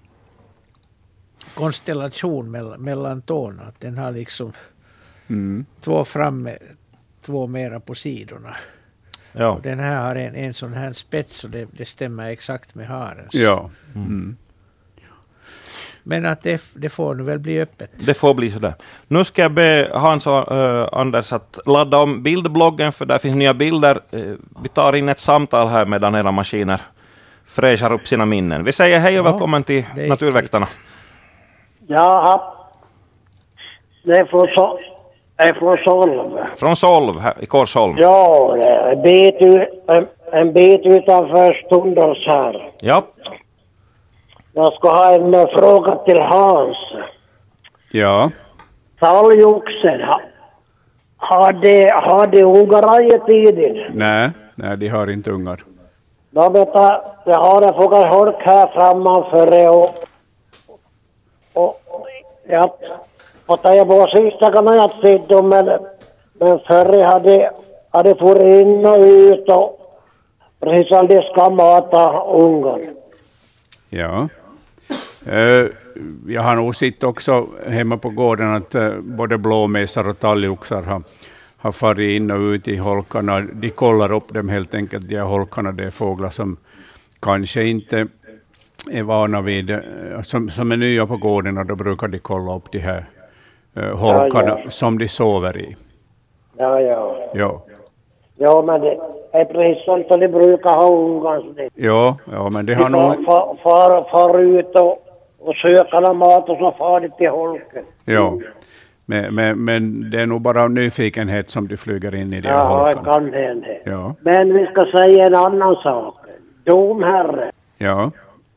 konstellation mellan, mellan tårna. Att den har liksom mm. två framme, två mera på sidorna. Ja. Och den här har en, en sån här spets och det, det stämmer exakt med harens. Ja. Mm. Men att det, det får nu väl bli öppet. Det får bli sådär. Nu ska jag be Hans och uh, Anders att ladda om bildbloggen, för där finns nya bilder. Uh, vi tar in ett samtal här medan era maskiner fräschar upp sina minnen. Vi säger hej och ja, välkommen till Naturväktarna. Jaha. Det är från, so- är från Solv. Från Solv, här i Korsholm. Ja, en bit, ut, en, en bit utanför Stundås här. Ja. Jag ska ha en uh, fråga till Hans. Ja. Talgoxen, ha, har de, har de ungar i tiden? Nej, nej, de har inte ungar. Då vet jag, jag har en fågelholk här framför och, och, och jag fattar jag på sista kan jag inte se dem, men, men förr hade, hade fått in och ut och precis som de ska mata ungar. Ja. Uh, jag har nog sett också hemma på gården att uh, både blåmesar och talgoxar har, har farit in och ut i holkarna. De kollar upp dem helt enkelt, de här holkarna. Det är fåglar som kanske inte är vana vid, uh, som, som är nya på gården, och då brukar de kolla upp de här uh, holkarna ja, ja. som de sover i. Ja, ja. Ja. Ja, men det är precis som de brukar ha ungar. Ja, ja, men det har nog... Far, far, far ut och, och söka mat och så far det till holken. Ja, men, men, men det är nog bara nyfikenhet som de flyger in i de ja, holkarna. Ja, det kan hända. Ja. Men vi ska säga en annan sak. Domherre. Ja.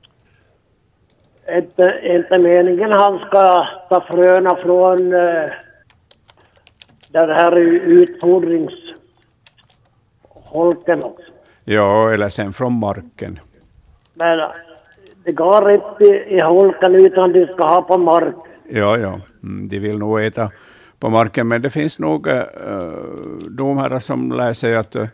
Inte, inte meningen han ska ta fröna från uh, den här utfodrings... holken också. Ja, eller sen från marken. Men det går inte i, i holken utan du ska ha på marken. Ja, ja. Mm, de vill nog äta på marken, men det finns nog äh, de här som lär sig att äh,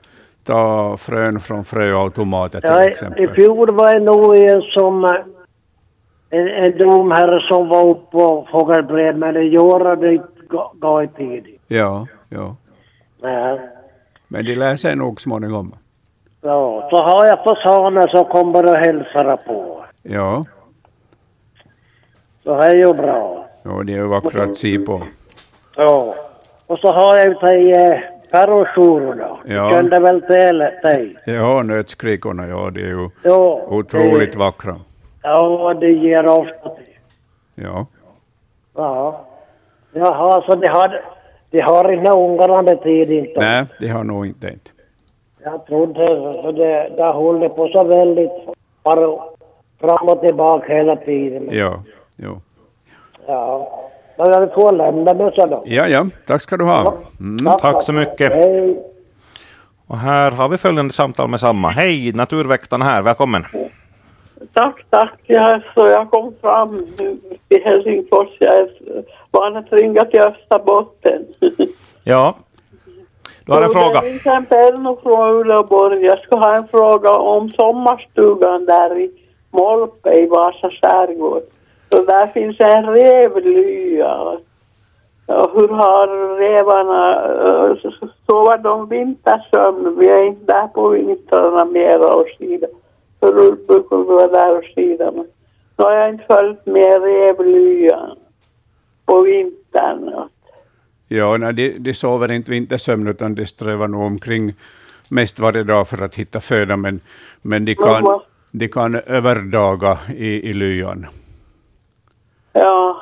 ta frön från fröautomater till Ja, exempel. i fjol var det nog en som en, en domherre som var uppe på fågelbred, men i år har det inte gått tidigt. Ja, ja. Ja. Men de lär sig nog småningom. Ja, så har jag fasaner som kommer och hälsar på. Ja. Så det är ju bra. Ja, det är ju vackra att se på. Ja. Och så har jag ju till eh, päronskjororna. Ja. Du kände väl till dig? Ja, nötskrikorna, ja, det är ju Ja, otroligt det, vackra. Ja, det ger ofta till. Ja. Ja. Jaha, så de har, de har inga ungarna med tid inte. Nej, det har nog inte det. Jag trodde så det, det håller på så väldigt bara fram och tillbaka hela tiden. Ja, jo. Ja. Men jag får lämna mig så då. Ja, ja. Tack ska du ha. Mm. Tack så mycket. Hej. Och här har vi följande samtal med samma. Hej, Naturväktarna här. Välkommen. Tack, tack. Ja, så jag kom fram till Helsingfors. Jag är van att ringa till Österbotten. Ja, du har en fråga. Det är en Perno från Uleåborg. Jag ska ha en fråga om sommarstugan där i Molpe i Vasa skärgård. Så där finns en revlya. Och hur har revarna, sover de vintersömn? Vi är inte där på vintrarna mera och skida. Förut brukar vi vara där och skida. Men nu har jag inte följt med revlyan på vintern. Ja, nej, de, de sover inte vintersömn utan de strävar nog omkring mest varje dag för att hitta föda. Men, men de, kan, de kan överdaga i, i lyan. Ja.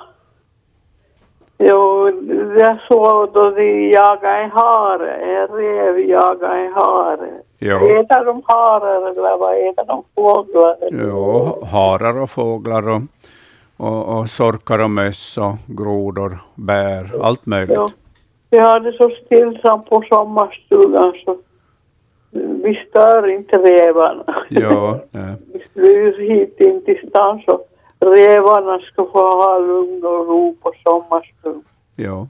Jo, jag såg då de jagade en hare. En rev jagade en hare. Ja. Äter de harar eller vad äter de fåglar? Ja, harar och fåglar och, och, och sorkar och möss och grodor, bär, allt möjligt. Ja. Vi hade så stillsamt på sommarstugan så vi stör inte revarna. Ja, nej. Vi flyr hit in till stan så revarna ska få ha lugn och ro på sommarstugan. Ja.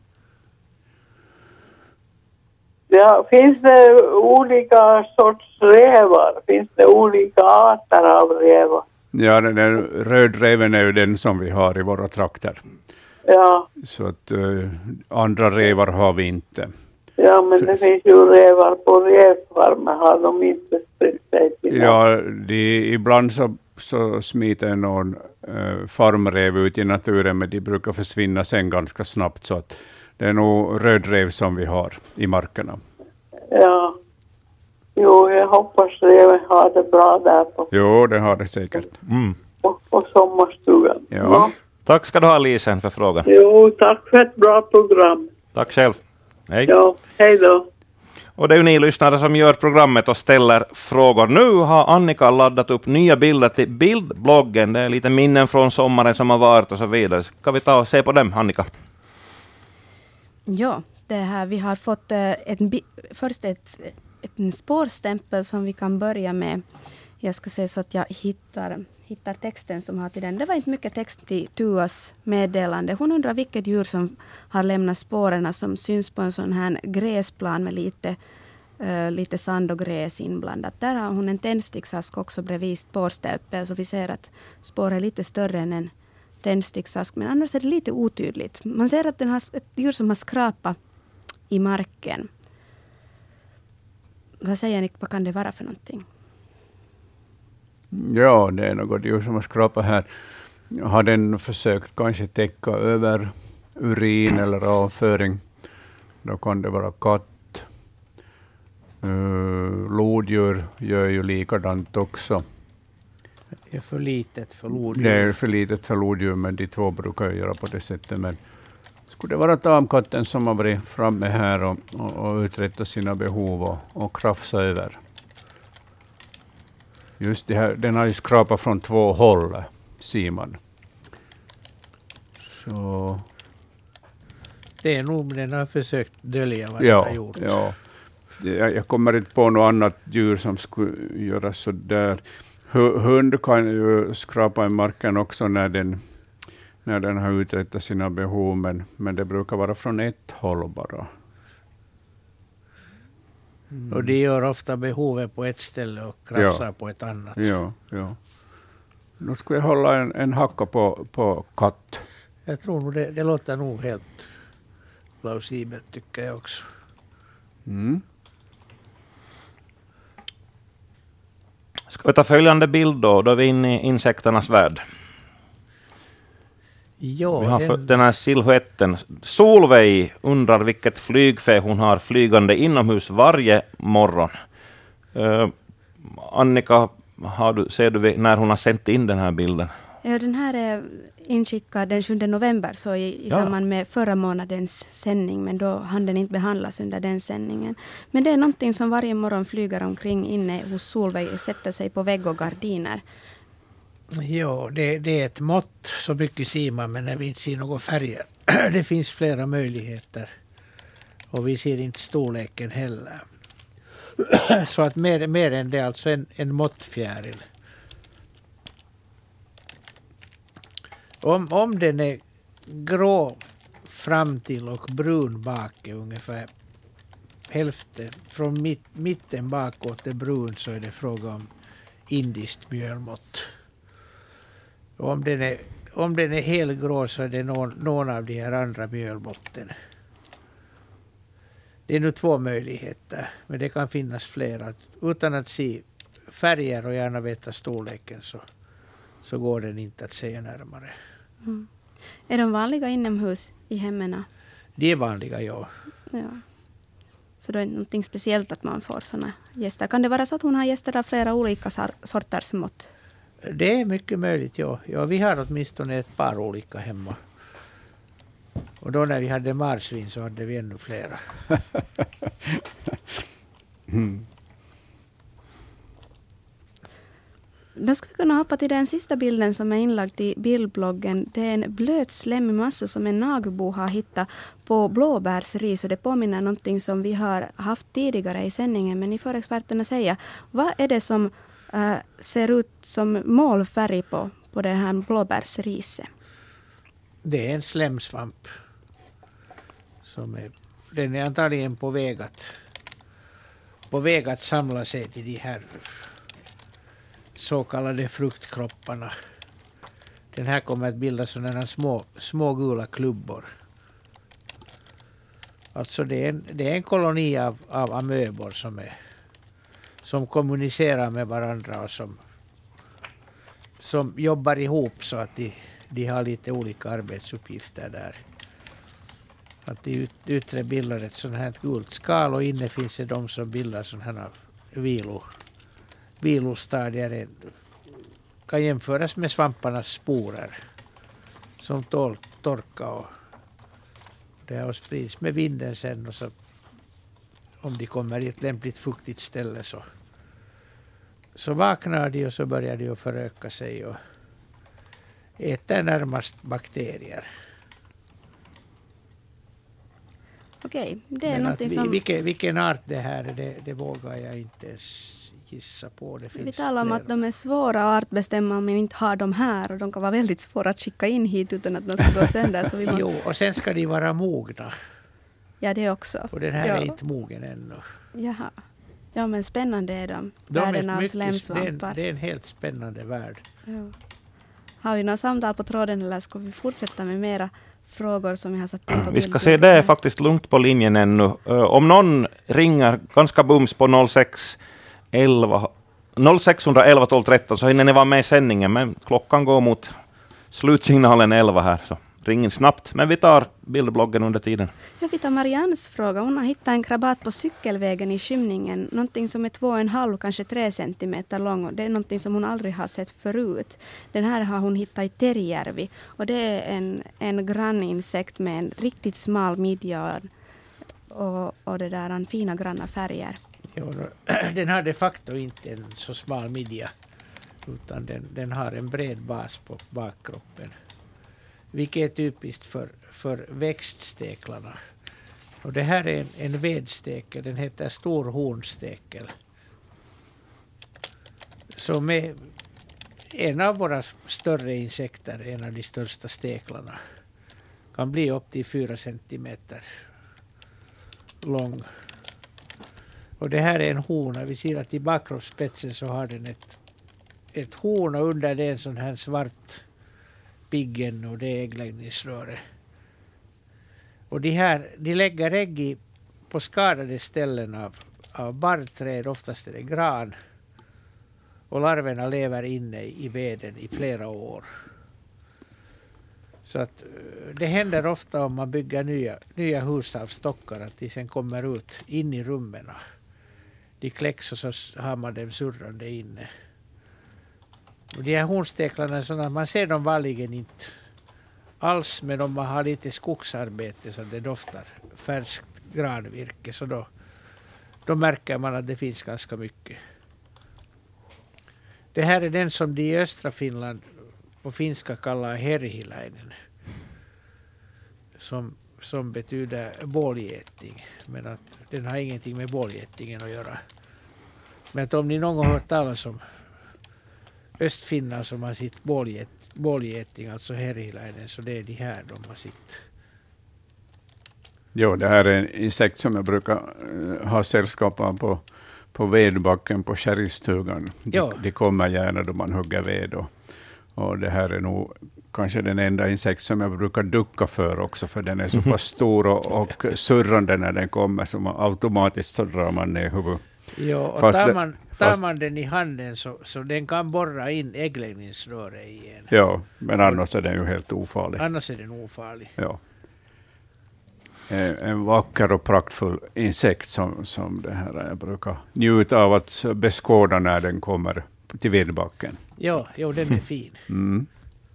Ja, finns det olika sorts revar? Finns det olika arter av revar? Ja, den där rödreven är ju den som vi har i våra trakter. Ja. Så att uh, andra revar har vi inte. Ja, men det finns ju revar på revfarmer. Har de inte spritt sig till? Ja, de, ibland så, så smiter någon uh, farmrev ut i naturen, men de brukar försvinna sen ganska snabbt. Så att det är nog rödrev som vi har i markerna. Ja. Jo, jag hoppas reven har det bra där på, Jo, det har det säkert. Mm. på, på sommarstugan. Ja. Ja. Tack ska du ha, Lisen, för frågan. Jo, tack för ett bra program. Tack själv. Hej. Ja, hej då. Och det är ju ni lyssnare som gör programmet och ställer frågor. Nu har Annika laddat upp nya bilder till bildbloggen. Det är lite minnen från sommaren som har varit och så vidare. Ska vi ta och se på dem, Annika? Ja, det här, vi har fått eh, ett, först ett, ett, en spårstämpel som vi kan börja med. Jag ska se så att jag hittar, hittar texten som har till den. Det var inte mycket text till Tuas meddelande. Hon undrar vilket djur som har lämnat spåren som syns på en sån här gräsplan med lite, uh, lite sand och gräs inblandat. Där har hon en tändsticksask också bredvid spårstämpel, så vi ser att spår är lite större än en tändsticksask. Men annars är det lite otydligt. Man ser att den har ett djur som har skrapat i marken. Vad säger ni, vad kan det vara för någonting? Ja, det är något djur som har skrapat här. Har den försökt kanske täcka över urin eller avföring? Då kan det vara katt. Uh, lodjur gör ju likadant också. Det är för litet för lodjur. Det är för litet för lodjur, men de två brukar göra på det sättet. Men skulle det vara tamkatten som har varit framme här och, och, och uträttat sina behov och, och krafsa över? Just det här, den har ju skrapat från två håll, ser man. Så. Det är nog den har försökt dölja vad Ja, den har gjort. ja. Jag, jag kommer inte på något annat djur som skulle göra så där. Hund kan ju skrapa i marken också när den, när den har uträttat sina behov, men, men det brukar vara från ett håll bara. Mm. Och det gör ofta behovet på ett ställe och krafsar ja. på ett annat. Ja, ja. Nu ska jag hålla en, en hacka på, på katt. Jag tror nog det, det låter nog helt plausibelt tycker jag också. Mm. Ska vi ta följande bild då? Då är vi inne i insekternas värld. Jo, vi har den... för, den här silhuetten. Solveig undrar vilket flygfä hon har flygande inomhus varje morgon. Uh, Annika, har du, ser du när hon har sänt in den här bilden? Ja, den här är inskickad den sjunde november så i, i ja. samband med förra månadens sändning, men då hann den inte behandlas under den sändningen. Men det är någonting som varje morgon flyger omkring inne hos Solveig och sätter sig på vägg och gardiner. Ja, det, det är ett mått, så mycket ser man, men när vi inte ser några färger. Det finns flera möjligheter och vi ser inte storleken heller. Så att mer, mer än det är alltså en, en måttfjäril. Om, om den är grå fram till och brun bak ungefär hälften, från mitt, mitten bakåt är brun, så är det fråga om indiskt mjölmått. Och om den är, om den är helgrå så är det någon, någon av de här andra mjölmåtten. Det är nu två möjligheter, men det kan finnas flera. Utan att se färger och gärna veta storleken så, så går den inte att se närmare. Mm. Är de vanliga inomhus i hemmen? De är vanliga, ja. ja. Så då är det någonting speciellt att man får såna gäster. Kan det vara så att hon har gäster av flera olika sorters mått? Det är mycket möjligt, ja. ja. Vi har åtminstone ett par olika hemma. Och då när vi hade marsvin så hade vi ännu flera. mm. Då ska vi kunna hoppa till den sista bilden som är inlagd i bildbloggen. Det är en blöt slemmig massa som en nagelbo har hittat på blåbärsris. Och det påminner någonting som vi har haft tidigare i sändningen. Men ni får experterna säga, vad är det som äh, ser ut som målfärg på, på det här blåbärsriset? Det är en slemsvamp. Som är, den är antagligen på väg att, på väg att samla sig till de här så kallade fruktkropparna. Den här kommer att bilda sådana små, små gula klubbor. Alltså det är en, det är en koloni av, av amöbor som, är, som kommunicerar med varandra och som, som jobbar ihop så att de, de har lite olika arbetsuppgifter där. Att de ut, yttre bildar ett sådant här gult skal och inne finns det de som bildar sådana här vilo. Vilostadier kan jämföras med svamparnas sporer som tål torka och det har sprids med vinden sen, och så om de kommer i ett lämpligt fuktigt ställe så, så vaknar de och så börjar de att föröka sig och äter närmast bakterier. Okej, det är men någonting vi, som... Vilken, vilken art det här är, det, det vågar jag inte ens gissa på. Det finns vi talar om flera. att de är svåra att artbestämma om vi inte har dem här, och de kan vara väldigt svåra att skicka in hit utan att de ska gå sönder. Så vi måste... Jo, och sen ska de vara mogna. Ja, det också. Och den här ja. är inte mogen ännu. Jaha. Ja, men spännande är de. de världen är av mycket, slemsvampar. det, är, det är en helt spännande värld. Ja. Har vi några samtal på tråden eller ska vi fortsätta med mera frågor som jag har satt in på Vi ska se, det är faktiskt lugnt på linjen ännu. Uh, om någon ringer ganska bums på noll sex elva noll sex ett ett tolv tretton så hinner ni vara med i sändningen, men klockan går mot slutsignalen elva här, så ring in snabbt. Men vi tar bildbloggen under tiden. Ja, vi tar Mariannes fråga. Hon har hittat en krabat på cykelvägen i Skymningen. Någonting som är två och en halv, kanske tre centimeter lång. Det är någonting som hon aldrig har sett förut. Den här har hon hittat i Terjärvi. Och det är en, en granninsekt med en riktigt smal midja och, och det där en fina granna färger. Jo, den har de facto inte en så smal midja, utan den, den har en bred bas på bakkroppen. Vilket är typiskt för, för växtsteklarna. Och det här är en, en vedstekel, den heter storhornstekel. Som är en av våra större insekter, en av de största steklarna. Kan bli upp till fyra centimeter lång. Och det här är en hona. Vi ser att i bakkroppsspetsen så har den ett, ett horn och under det är en sån här svart piggen och det är äggläggningsröret. Och de här, de lägger ägg i, på skadade ställen av, av barrträd, oftast är det gran. Och larverna lever inne i veden i flera år. Så att det händer ofta om man bygger nya, nya hus av stockar att de sen kommer ut in i rummen. De kläcks och så har man dem surrande inne. Och de här hornsteklarna är sådana att man ser dem vanligen inte alls, men om man har lite skogsarbete så det doftar färskt granvirke så då, då märker man att det finns ganska mycket. Det här är den som de i östra Finland på finska kallar herhiläinen. Som, som betyder bålgeting. Men att den har ingenting med bålgetingen att göra. Men att om ni någon gång har hört talas om östfinnar som har sitt bålget, bålgeting, alltså herhiläinen, så det är de här de har sitt. Jo, det här är en insekt som jag brukar uh, ha sällskap av på, på vedbacken på kärringstugan. De, de kommer gärna då man hugger ved. Och, och det här är nog kanske den enda insekt som jag brukar ducka för också, för den är så pass stor och, och surrande när den kommer, så man automatiskt så drar man ner huvudet. Jo, och fast tar, man, tar fast, man den i handen så, så den kan borra in äggläggningsröret i en. Ja, men annars är den ju helt ofarlig. Annars är den ofarlig. Ja. En, en vacker och praktfull insekt som, som det här jag brukar njuta av att beskåda när den kommer till vedbacken. Ja, jo, den är fin. Mm.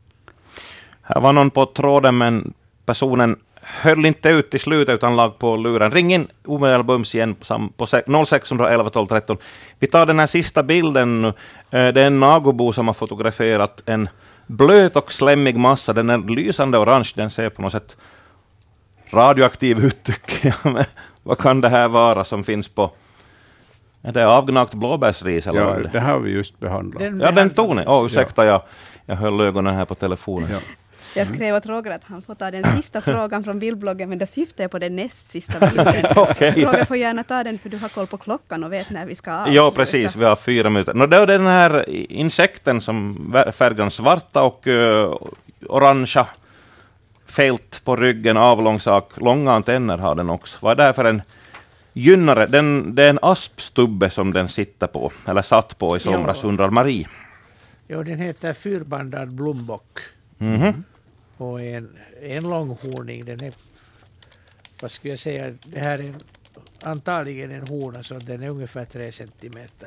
Här var någon på tråden, men personen höll inte ut i slutet utan lag på luren. Ring in omedelbums igen på noll sex ett ett tolv tretton. Vi tar den här sista bilden nu. Det är en nagobo som har fotograferat en blöt och slemmig massa. Den är lysande orange. Den ser på något sätt radioaktiv ut, tycker jag. Men vad kan det här vara som finns på... Är det avgnagt blåbärsris? Eller ja, vad är det? Det har vi just behandlat. Den ja, den tog ni. Åh, oh, ursäkta, ja. jag, jag höll ögonen här på telefonen. Ja. Jag skrev åt Roger att han får ta den sista frågan från bildbloggen, men det syftar på den näst sista bilden. Okay. Roger får gärna ta den, för du har koll på klockan och vet när vi ska avsluta. Ja, precis. Vi har fyra minuter. No, det är den här insekten som färgar svarta och uh, orangea fält på ryggen, avlångsak. Långa antenner har den också. Vad är det här för en gynnare? Den, det är en aspstubbe som den sitter på, eller satt på i somras, undrar Marie. Ja, den heter fyrbandad blombock. Mm-hmm. Och en, en långhorning, den är, vad ska jag säga, det här är antagligen en hona, så den är ungefär tre centimeter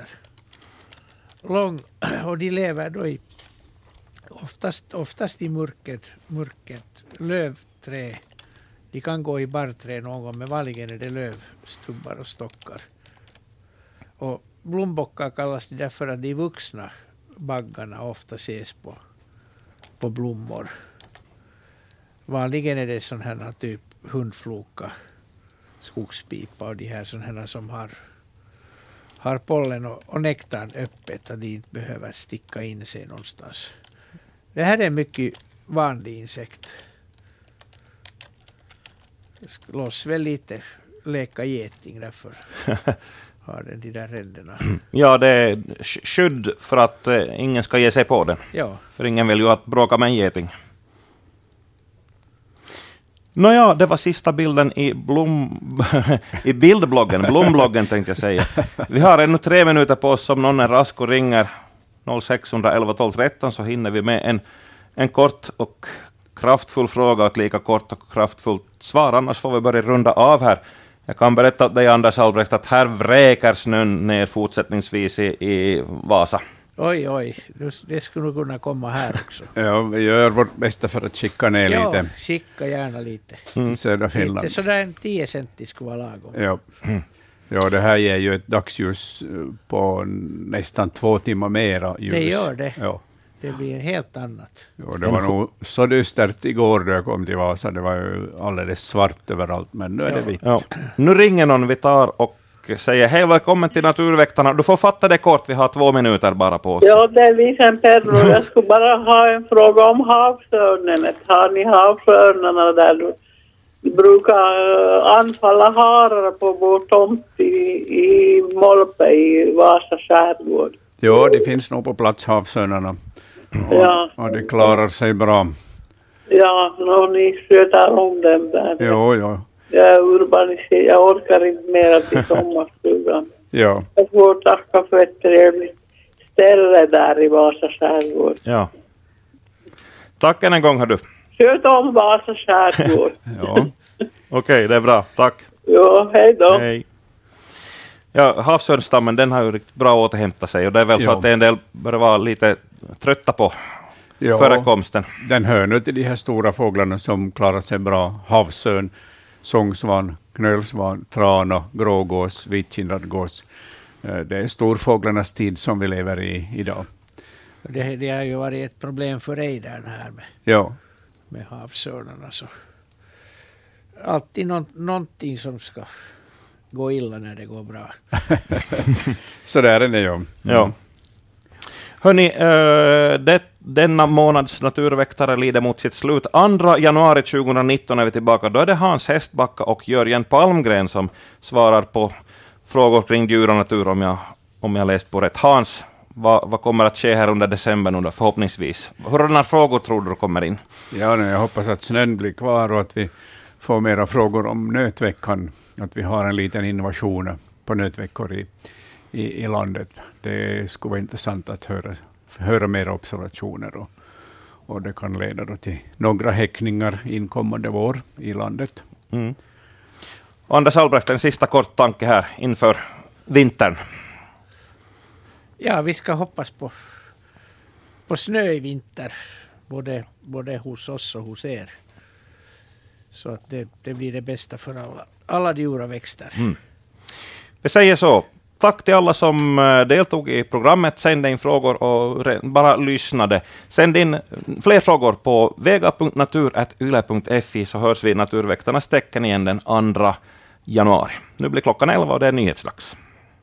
lång, och de lever då i oftast, oftast i mörket, mörket lövträ. De kan gå i barrträ någon gång, men vanligen är det lövstubbar och stockar. Och blombockar kallas det därför att de vuxna baggarna ofta ses på på blommor. Vanligen är det sån här typ hundfloka, skogspipa och de här sån här som har, har pollen och, och nektarn öppet, att de inte behöver sticka in sig någonstans. Det här är en mycket vanlig insekt. Jag låts väl lite leka geting, därför har den de där ränderna. Ja, det är skydd för att eh, ingen ska ge sig på den. Ja. För ingen vill ju att bråka med en geting. Nåja, det var sista bilden i, blom, i bildbloggen, blombloggen tänkte jag säga. Vi har ännu tre minuter på oss, om någon är rask och ringer noll sex ett ett tolv tretton, så hinner vi med en, en kort och kraftfull fråga och ett lika kort och kraftfullt svar. Annars får vi börja runda av här. Jag kan berätta dig, Anders Albrecht, att här vräker snön ner fortsättningsvis i, i Vasa. Oj, oj. Det skulle nog kunna komma här också. Ja, vi gör vårt bästa för att skicka ner ja, lite. Ja, skicka gärna lite. Mm. Södra Finland. Lite sådär en tio centi skulle vara lagom. Ja. Mm. Ja, det här ger ju ett dagsljus på nästan två timmar mera ljus. Det gör det. Ja. Det blir helt annat. Ja, det var nog så dystert igår då jag kom till Vasa. Det var ju alldeles svart överallt, men nu är ja. det vitt. Ja. Nu ringer någon, vi tar och säger hej, välkommen till Naturväktarna. Du får fatta det kort, vi har två minuter bara på oss. Ja, det är Lisen Pedro. Jag skulle bara ha en fråga om havsörnen. Har ni havsörnarna där brukar uh, anfalla harar på vår tomt i, i Molpe i Vasa skärgård. Ja, det finns nog på plats havsörnarna. Och, ja. och det klarar sig bra. Ja, no, ni sköter om dem där. Jo, jo. Jag är urbaniserad, jag orkar inte mer till sommarstugan. Ja. Jag får tacka för ett trevligt ställe där i Vasa skärgård. Ja. Tack en gång, har du. Sköt om Vasa skärgård. Ja. Okej, okay, det är bra. Tack. Ja, hej då. Hej. Ja, havsörnstammen, den har ju riktigt bra återhämtat sig, och det är väl jo. så att en del börjar vara lite trötta på ja, förekomsten. Den hör nu till de här stora fåglarna som klarar sig bra. Havsörn, sångsvan, knölsvan, trana, grågås, vitkindad gås. Det är storfåglarnas tid som vi lever i idag. Det, det har ju varit ett problem för rejdern här med, ja. med havsörnarna. Så. Alltid nå, någonting som ska gå illa när det går bra. Så där är det ju. Mm. Ja. Hörrni, äh, det, denna månads Naturväktare lider mot sitt slut. andra januari tjugonitton är vi tillbaka. Då är det Hans Hästbacka och Jörgen Palmgren som svarar på frågor kring djur och natur, om jag, om jag läst på rätt. Hans, vad, vad kommer att ske här under december nu då, förhoppningsvis? Hurdana frågor tror du kommer in? Ja, jag hoppas att snön blir kvar och att vi får mera frågor om nötveckan. Att vi har en liten innovation på nötveckor i, i, i landet. Det skulle vara intressant att höra, höra mera observationer, och, och det kan leda då till några häckningar inkommande vår i landet. Mm. Anders Albrecht, en sista kort tanke här inför vintern. Ja, vi ska hoppas på, på snö i vinter, både, både hos oss och hos er. Så att det, det blir det bästa för alla, alla djur och växter. Mm. Vi säger så. Tack till alla som deltog i programmet. Sänd in frågor och bara lyssnade. Sänd in fler frågor på vega punkt natur at yle punkt fi, så hörs vi Naturväktarnas tecken igen den andra januari. Nu blir klockan elva och det är nyhetsdags.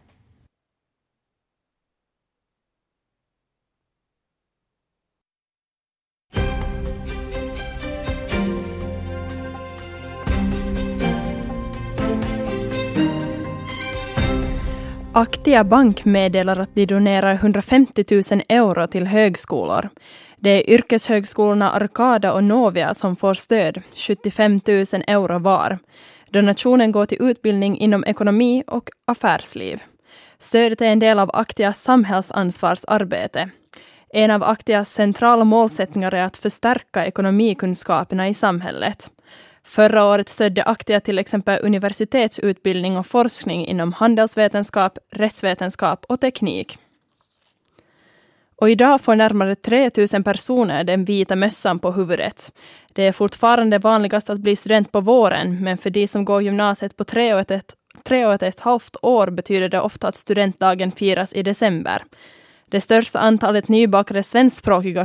Aktia Bank meddelar att de donerar hundrafemtio tusen euro till högskolor. Det är yrkeshögskolorna Arkada och Novia som får stöd, sjuttiofem tusen euro var. Donationen går till utbildning inom ekonomi och affärsliv. Stödet är en del av Aktias samhällsansvarsarbete. En av Aktias centrala målsättningar är att förstärka ekonomikunskaperna i samhället. Förra året stödde Aktia till exempel universitetsutbildning och forskning inom handelsvetenskap, rättsvetenskap och teknik. Och idag får närmare tre tusen personer den vita mössan på huvudet. Det är fortfarande vanligast att bli student på våren, men för de som går gymnasiet på tre och ett, tre och ett, ett halvt år betyder det ofta att studentdagen firas i december. Det största antalet nybakade svenskspråkiga